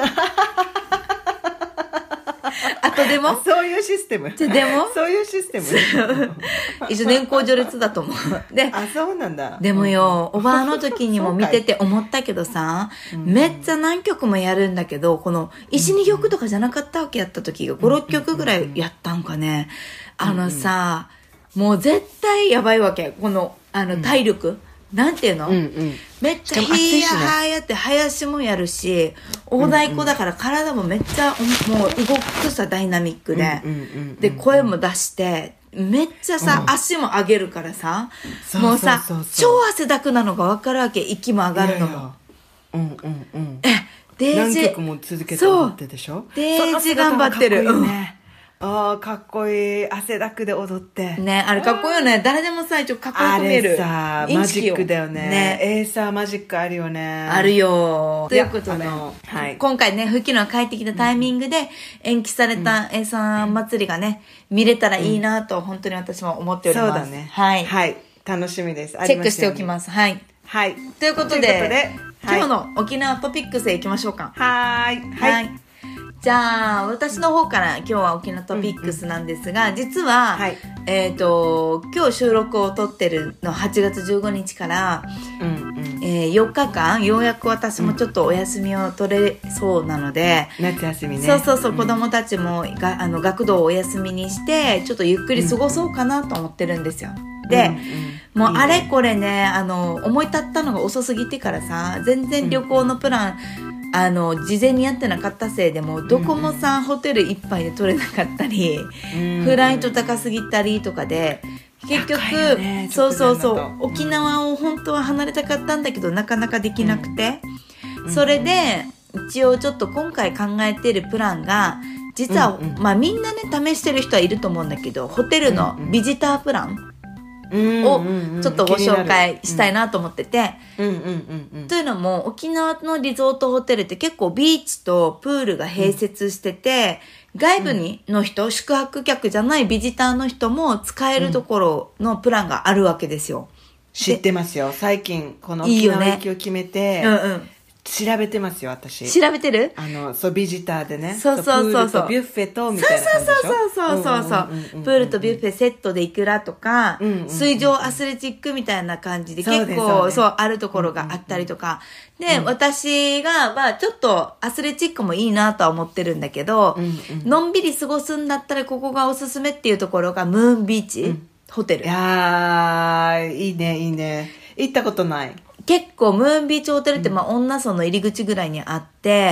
[SPEAKER 1] あとでも
[SPEAKER 2] そういうシステム
[SPEAKER 1] でも
[SPEAKER 2] そういうシステム
[SPEAKER 1] 一応年功序列だと思う。で、
[SPEAKER 2] あ、そうなんだ。
[SPEAKER 1] でもよ、おばあの時にも見てて思ったけどさ、めっちゃ何曲もやるんだけど、このいち、にきょくとかじゃなかったわけやった時がご、ろっきょくぐらいやったんかね。あのさ、もう絶対やばいわけ、このあの体力、うんなんていうの、うんうん、めっちゃヒヤーやって林もやるし、大太鼓だから体もめっちゃもう動くさ、ダイナミックで、で声も出してめっちゃさ、うん、足も上げるからさ、もうさそうそうそうそう超汗だくなのが分かるわけ、息も上がるのも。いやいやうんうんうん。えデージ
[SPEAKER 2] 何曲も続けて踊ってでしょ。
[SPEAKER 1] デージ頑張ってる。
[SPEAKER 2] ああ、かっこいい。汗だくで踊って
[SPEAKER 1] ね、あれかっこいいよね。誰でもさ、一応かっこよく見える。
[SPEAKER 2] あれさマジックだよね。ね、エーサーマジックあるよね。
[SPEAKER 1] あるよ。ということで、はい、今回ね、吹きの帰ってきたタイミングで延期されたエーサー祭りがね、見れたらいいなと本当に私も思っております。
[SPEAKER 2] そうだね。
[SPEAKER 1] はい、
[SPEAKER 2] はい、楽しみです。
[SPEAKER 1] チェックしておきます。はい、
[SPEAKER 2] はい、
[SPEAKER 1] ということで、ということで今日の沖縄トピックスへ行きましょうか。
[SPEAKER 2] はい、はい、はい。
[SPEAKER 1] じゃあ私の方から今日は沖縄トピックスなんですが、うんうん、実は、はい、えっ、ー、と今日収録を撮ってるのはちがつじゅうごにちから、うんうんえー、よっかかんようやく私もちょっとお休みを取れそうなので、
[SPEAKER 2] うん、夏休みね。
[SPEAKER 1] そうそうそう、うん、子供たちもがあの学童をお休みにしてちょっとゆっくり過ごそうかなと思ってるんですよ。で、うんうん、もうあれこれね、あの思い立ったのが遅すぎてからさ、全然旅行のプラン、うんあの事前にやってなかったせいでもうどこもさ、うん、ホテルいっぱいで取れなかったり、うん、フライト高すぎたりとかで結局、ね、そうそうそう、沖縄を本当は離れたかったんだけどなかなかできなくて、うん、それで一応ちょっと今回考えているプランが実は、うんうん、まあみんなね試してる人はいると思うんだけど、ホテルのビジタープランをちょっとご紹介したいなと思ってて、というのも沖縄のリゾートホテルって結構ビーチとプールが併設してて、うん、外部にの人、うん、宿泊客じゃないビジターの人も使えるところのプランがあるわけですよ。
[SPEAKER 2] 知ってますよ。最近この沖縄行きを決めていいよね、うんうん調べてますよ、私。
[SPEAKER 1] 調べてる？
[SPEAKER 2] あの、そう、ビジターでね。
[SPEAKER 1] そうそうそうそう。
[SPEAKER 2] プールとビュッフェと、みたいな感じでしょ？
[SPEAKER 1] そうそうそうそう。プールとビュッフェセットでいくらとか、うんうんうん、水上アスレチックみたいな感じで結構、そう、あるところがあったりとか。うんうんうん、で、私が、まあちょっとアスレチックもいいなとは思ってるんだけど、うんうん、のんびり過ごすんだったらここがおすすめっていうところがムーンビーチ、うん、ホテル。
[SPEAKER 2] いやー、いいね、いいね。行ったことない。
[SPEAKER 1] 結構ムーンビーチホテルって、まあ、女村の入り口ぐらいにあって、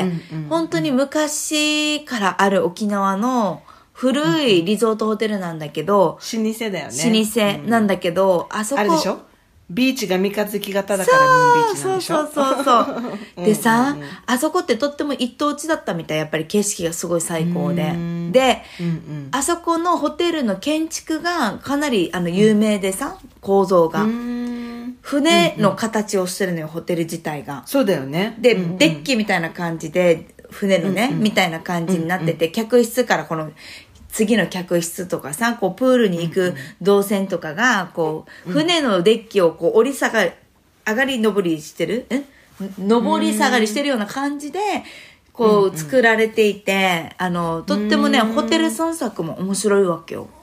[SPEAKER 1] うんうんうん、本当に昔からある沖縄の古いリゾートホテルなんだけど、
[SPEAKER 2] うんうん、老舗だよね。
[SPEAKER 1] 老舗なんだけど、うん、あそこ
[SPEAKER 2] あれでしょ、ビーチが三日月型だからムーンビーチなんでしょ。
[SPEAKER 1] そうそうそうそうでさ、うんうん、あそこってとっても一等地だったみたい。やっぱり景色がすごい最高で、で、うんうん、あそこのホテルの建築がかなりあの有名でさ、構造が船の形をしてるのよ、うんうん、ホテル自体が。
[SPEAKER 2] そうだよね。
[SPEAKER 1] で、うんうん、デッキみたいな感じで船のね、うんうん、みたいな感じになってて、うんうん、客室からこの次の客室とかさ、こうプールに行く動線とかがこう船のデッキをこう折り下がり上がり上りしてるえ上り下がりしてるような感じでこう作られていて、あのとってもねホテル散策も面白いわけよ。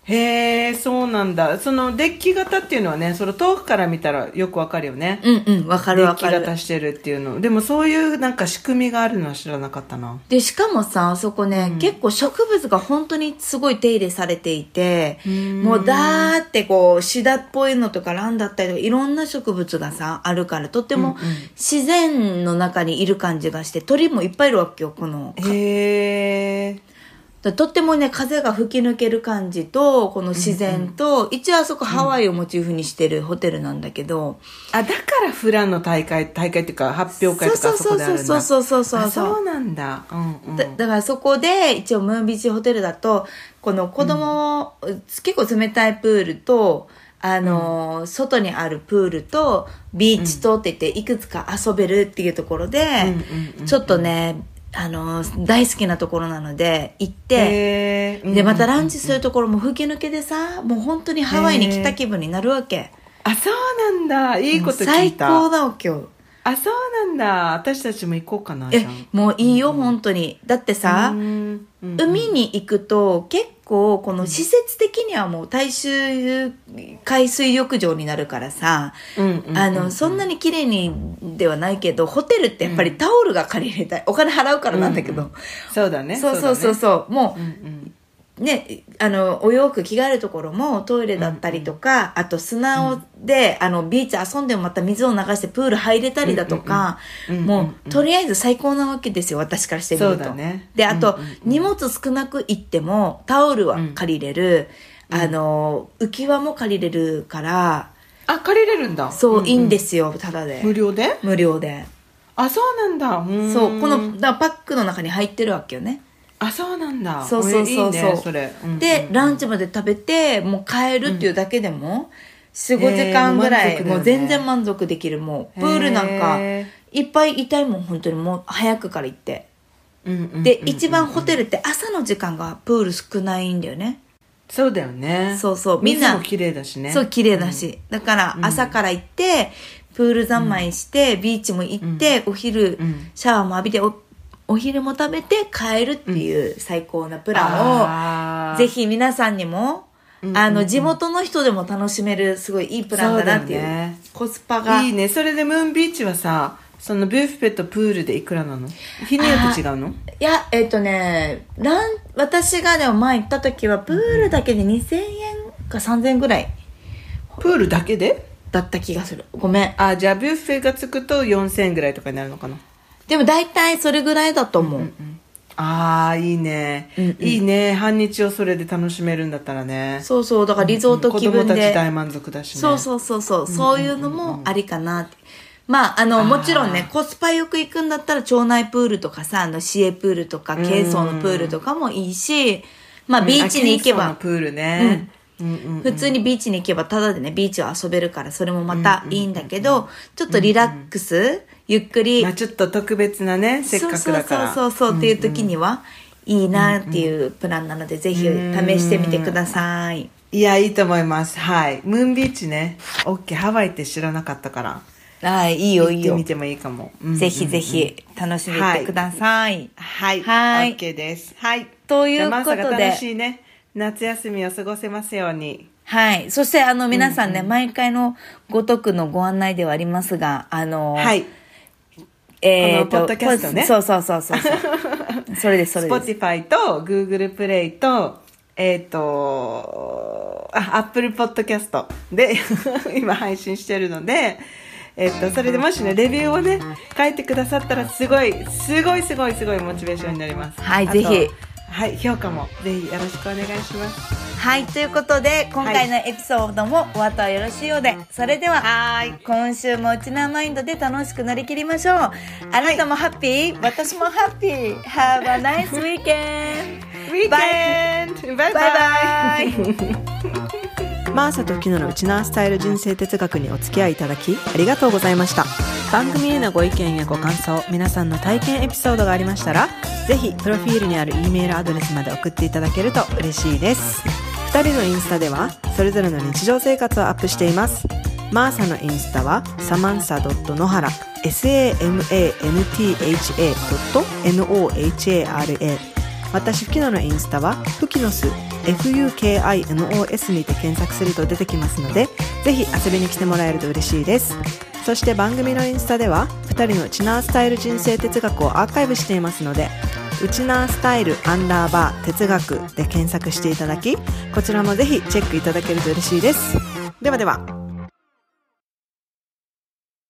[SPEAKER 2] へえ、そうなんだ。そのデッキ型っていうのはね、その遠くから見たらよくわかるよね。
[SPEAKER 1] うんうん、わかるわかる。
[SPEAKER 2] デッキ型してるっていうの。でもそういうなんか仕組みがあるのは知らなかったな。
[SPEAKER 1] で、しかもさ、あそこね、うん、結構植物が本当にすごい手入れされていて、うもうだーってこう、シダっぽいのとかランだったりとか、いろんな植物がさ、あるから、とっても自然の中にいる感じがして、鳥もいっぱいいるわけよ、この。
[SPEAKER 2] へー。
[SPEAKER 1] とってもね、風が吹き抜ける感じと、この自然と、うんうん、一応あそこハワイをモチーフにしてるホテルなんだけど。
[SPEAKER 2] あ、だからフランの大会、大会っていうか発表会とかあそこであるんだ。
[SPEAKER 1] そうそうそうそうそう。
[SPEAKER 2] そうなんだ。うんうん、
[SPEAKER 1] だ。だからそこで、一応ムーンビーチホテルだと、この子供、うん、結構冷たいプールと、あのーうん、外にあるプールと、ビーチとって言って、いくつか遊べるっていうところで、うんうんうんうん、ちょっとね、あの大好きなところなので行って、でまたランチするところも吹き抜けでさ、もう本当にハワイに来た気分になるわけ。
[SPEAKER 2] あ、そうなんだ。いいこと聞いた。
[SPEAKER 1] 最高だわ今日。
[SPEAKER 2] あ、そうなんだ。私たちも行こうかな。じゃん。
[SPEAKER 1] え、もういいよ、うん、本当に。だってさ、うんうん、海に行くと結構この施設的にはもう大衆海水浴場になるからさ、うんうん、あのそんなに綺麗にではないけど、ホテルってやっぱりタオルが借りれたい、お金払うからなんだけど、うんうん、
[SPEAKER 2] そうだね。
[SPEAKER 1] そうそうそうそう、もう、うんうんね、あのお洋服着替えるところもトイレだったりとか、うんうん、あと砂をで、うん、あのビーチ遊んでもまた水を流してプール入れたりだとか、うんうん、もう、うんうん、とりあえず最高なわけですよ、私からしてみると。
[SPEAKER 2] そうだね。
[SPEAKER 1] で、あと、うんうんうん、荷物少なく行ってもタオルは借りれる、うん、あの浮き輪も借りれるから。
[SPEAKER 2] あ、借りれるんだ。
[SPEAKER 1] そう、うんうん、いいんですよ、ただで。
[SPEAKER 2] 無料で？
[SPEAKER 1] 無料で。
[SPEAKER 2] あ、そうなんだ。うーん、
[SPEAKER 1] そう、このだパックの中に入ってるわけよね。
[SPEAKER 2] あ、そうなんだ。
[SPEAKER 1] そうそうそうそう。いいね、
[SPEAKER 2] それ。うんうんうん、
[SPEAKER 1] で、ランチまで食べて、もう帰るっていうだけでも、よん、ごじかんぐらい、もう全然満足できる。もう、プールなんか、いっぱいいたいもん、本当にもう、早くから行って。うんうんうんうん、で、一番ホテルって朝の時間がプール少ないんだよね。
[SPEAKER 2] そうだよね。
[SPEAKER 1] そうそう。みんな。
[SPEAKER 2] 水も綺麗だしね。
[SPEAKER 1] そう、綺麗だし。うん、だから、朝から行って、プール三昧して、うん、ビーチも行って、うん、お昼、うん、シャワーも浴びて、おお昼も食べて帰るっていう最高なプランを、うん、ぜひ皆さんにも、うんうんうん、あの地元の人でも楽しめるすごいいいプランだなっていう、ね、コスパが
[SPEAKER 2] いいね。それでムーンビーチはさ、そのビュッフェとプールでいくらなの？日によって違うの？
[SPEAKER 1] いや、えっとねラン私がでも前行った時はプールだけでにせんえんかさんぜんえんぐらい、
[SPEAKER 2] プールだけで
[SPEAKER 1] だった気がする。ごめん。
[SPEAKER 2] あ、じゃあビュッフェがつくとよんせんえんぐらいとかになるのかな。
[SPEAKER 1] でも大体それぐらいだと思う、うんうん、
[SPEAKER 2] ああ、いいね、うんうん、いいね。半日をそれで楽しめるんだったらね。
[SPEAKER 1] そうそう、だからリゾート気分で、うんうん、子供
[SPEAKER 2] たち大満足だしね。
[SPEAKER 1] そうそうそうそう、うんうんうんうん、そういうのもありかなって。まあ、あの、もちろんね、コスパよく行くんだったら町内プールとかさ、あの市営プールとか軽装のプールとかもいいし、まあビーチに行けば、
[SPEAKER 2] 軽装のプールね、
[SPEAKER 1] うんうんうんうん、普通にビーチに行けばタダでねビーチを遊べるから、それもまたいいんだけど、うんうんうん、ちょっとリラックス、うんうん、ゆっくり、
[SPEAKER 2] まあ、ちょっと特別なね、せっかくだから、
[SPEAKER 1] そうそうそうそう、うんうん、っていう時にはいいなっていうプランなので、うんうん、ぜひ試してみてください。
[SPEAKER 2] いや、いいと思います。はい。ムーンビーチね、 OK。 ハワイって知らなかったから、
[SPEAKER 1] はい、いいよいいよ、
[SPEAKER 2] 行ってみてもいいかも、うんうんうん、
[SPEAKER 1] ぜひぜひ楽しんでいってください。
[SPEAKER 2] はい、
[SPEAKER 1] はい、
[SPEAKER 2] OK です。はい、
[SPEAKER 1] ということで、
[SPEAKER 2] じゃあまさか楽しいね夏休みを過ごせますように。
[SPEAKER 1] はい。そして、あの、皆さんね、うんうん、毎回のごとくのご案内ではありますが、あの、
[SPEAKER 2] はい。
[SPEAKER 1] えー、
[SPEAKER 2] このポッドキャストね。
[SPEAKER 1] そうそうそうそうそう。それです、それです。
[SPEAKER 2] Spotify と Google プレイと、えっ、ー、と、あ、Apple Podcast で今配信してるので、えっ、ー、と、それでもしね、レビューをね、書いてくださったら、すごい、すごいすごいすごいモチベーションになります。
[SPEAKER 1] はい、ぜひ。
[SPEAKER 2] はい、評価もぜひよろしくお願いします。
[SPEAKER 1] はい、ということで今回のエピソードもお後はよろしいようで、はい、それでははい今週もウチナーマインドで楽しく乗り切りましょう。あなたもハッピー、はい、私もハッピー。 Have a nice weekend.
[SPEAKER 2] Weekend. バイバイ。マーサとキノのウチナースタイル人生哲学にお付き合いいただきありがとうございました。番組へのご意見やご感想、皆さんの体験エピソードがありましたら、ぜひプロフィールにある E メールアドレスまで送っていただけると嬉しいです。ふたりのインスタではそれぞれの日常生活をアップしています。マーサのインスタはサマンサ .nohara samantha.nohara、 私フキノのインスタはフキノスフユーケーアイエヌオーエス にて検索すると出てきますので、ぜひ遊びに来てもらえると嬉しいです。そして番組のインスタではふたりのウチナースタイル人生哲学をアーカイブしていますので、ウチナースタイルアンダーバー哲学で検索していただき、こちらもぜひチェックいただけると嬉しいです。ではでは。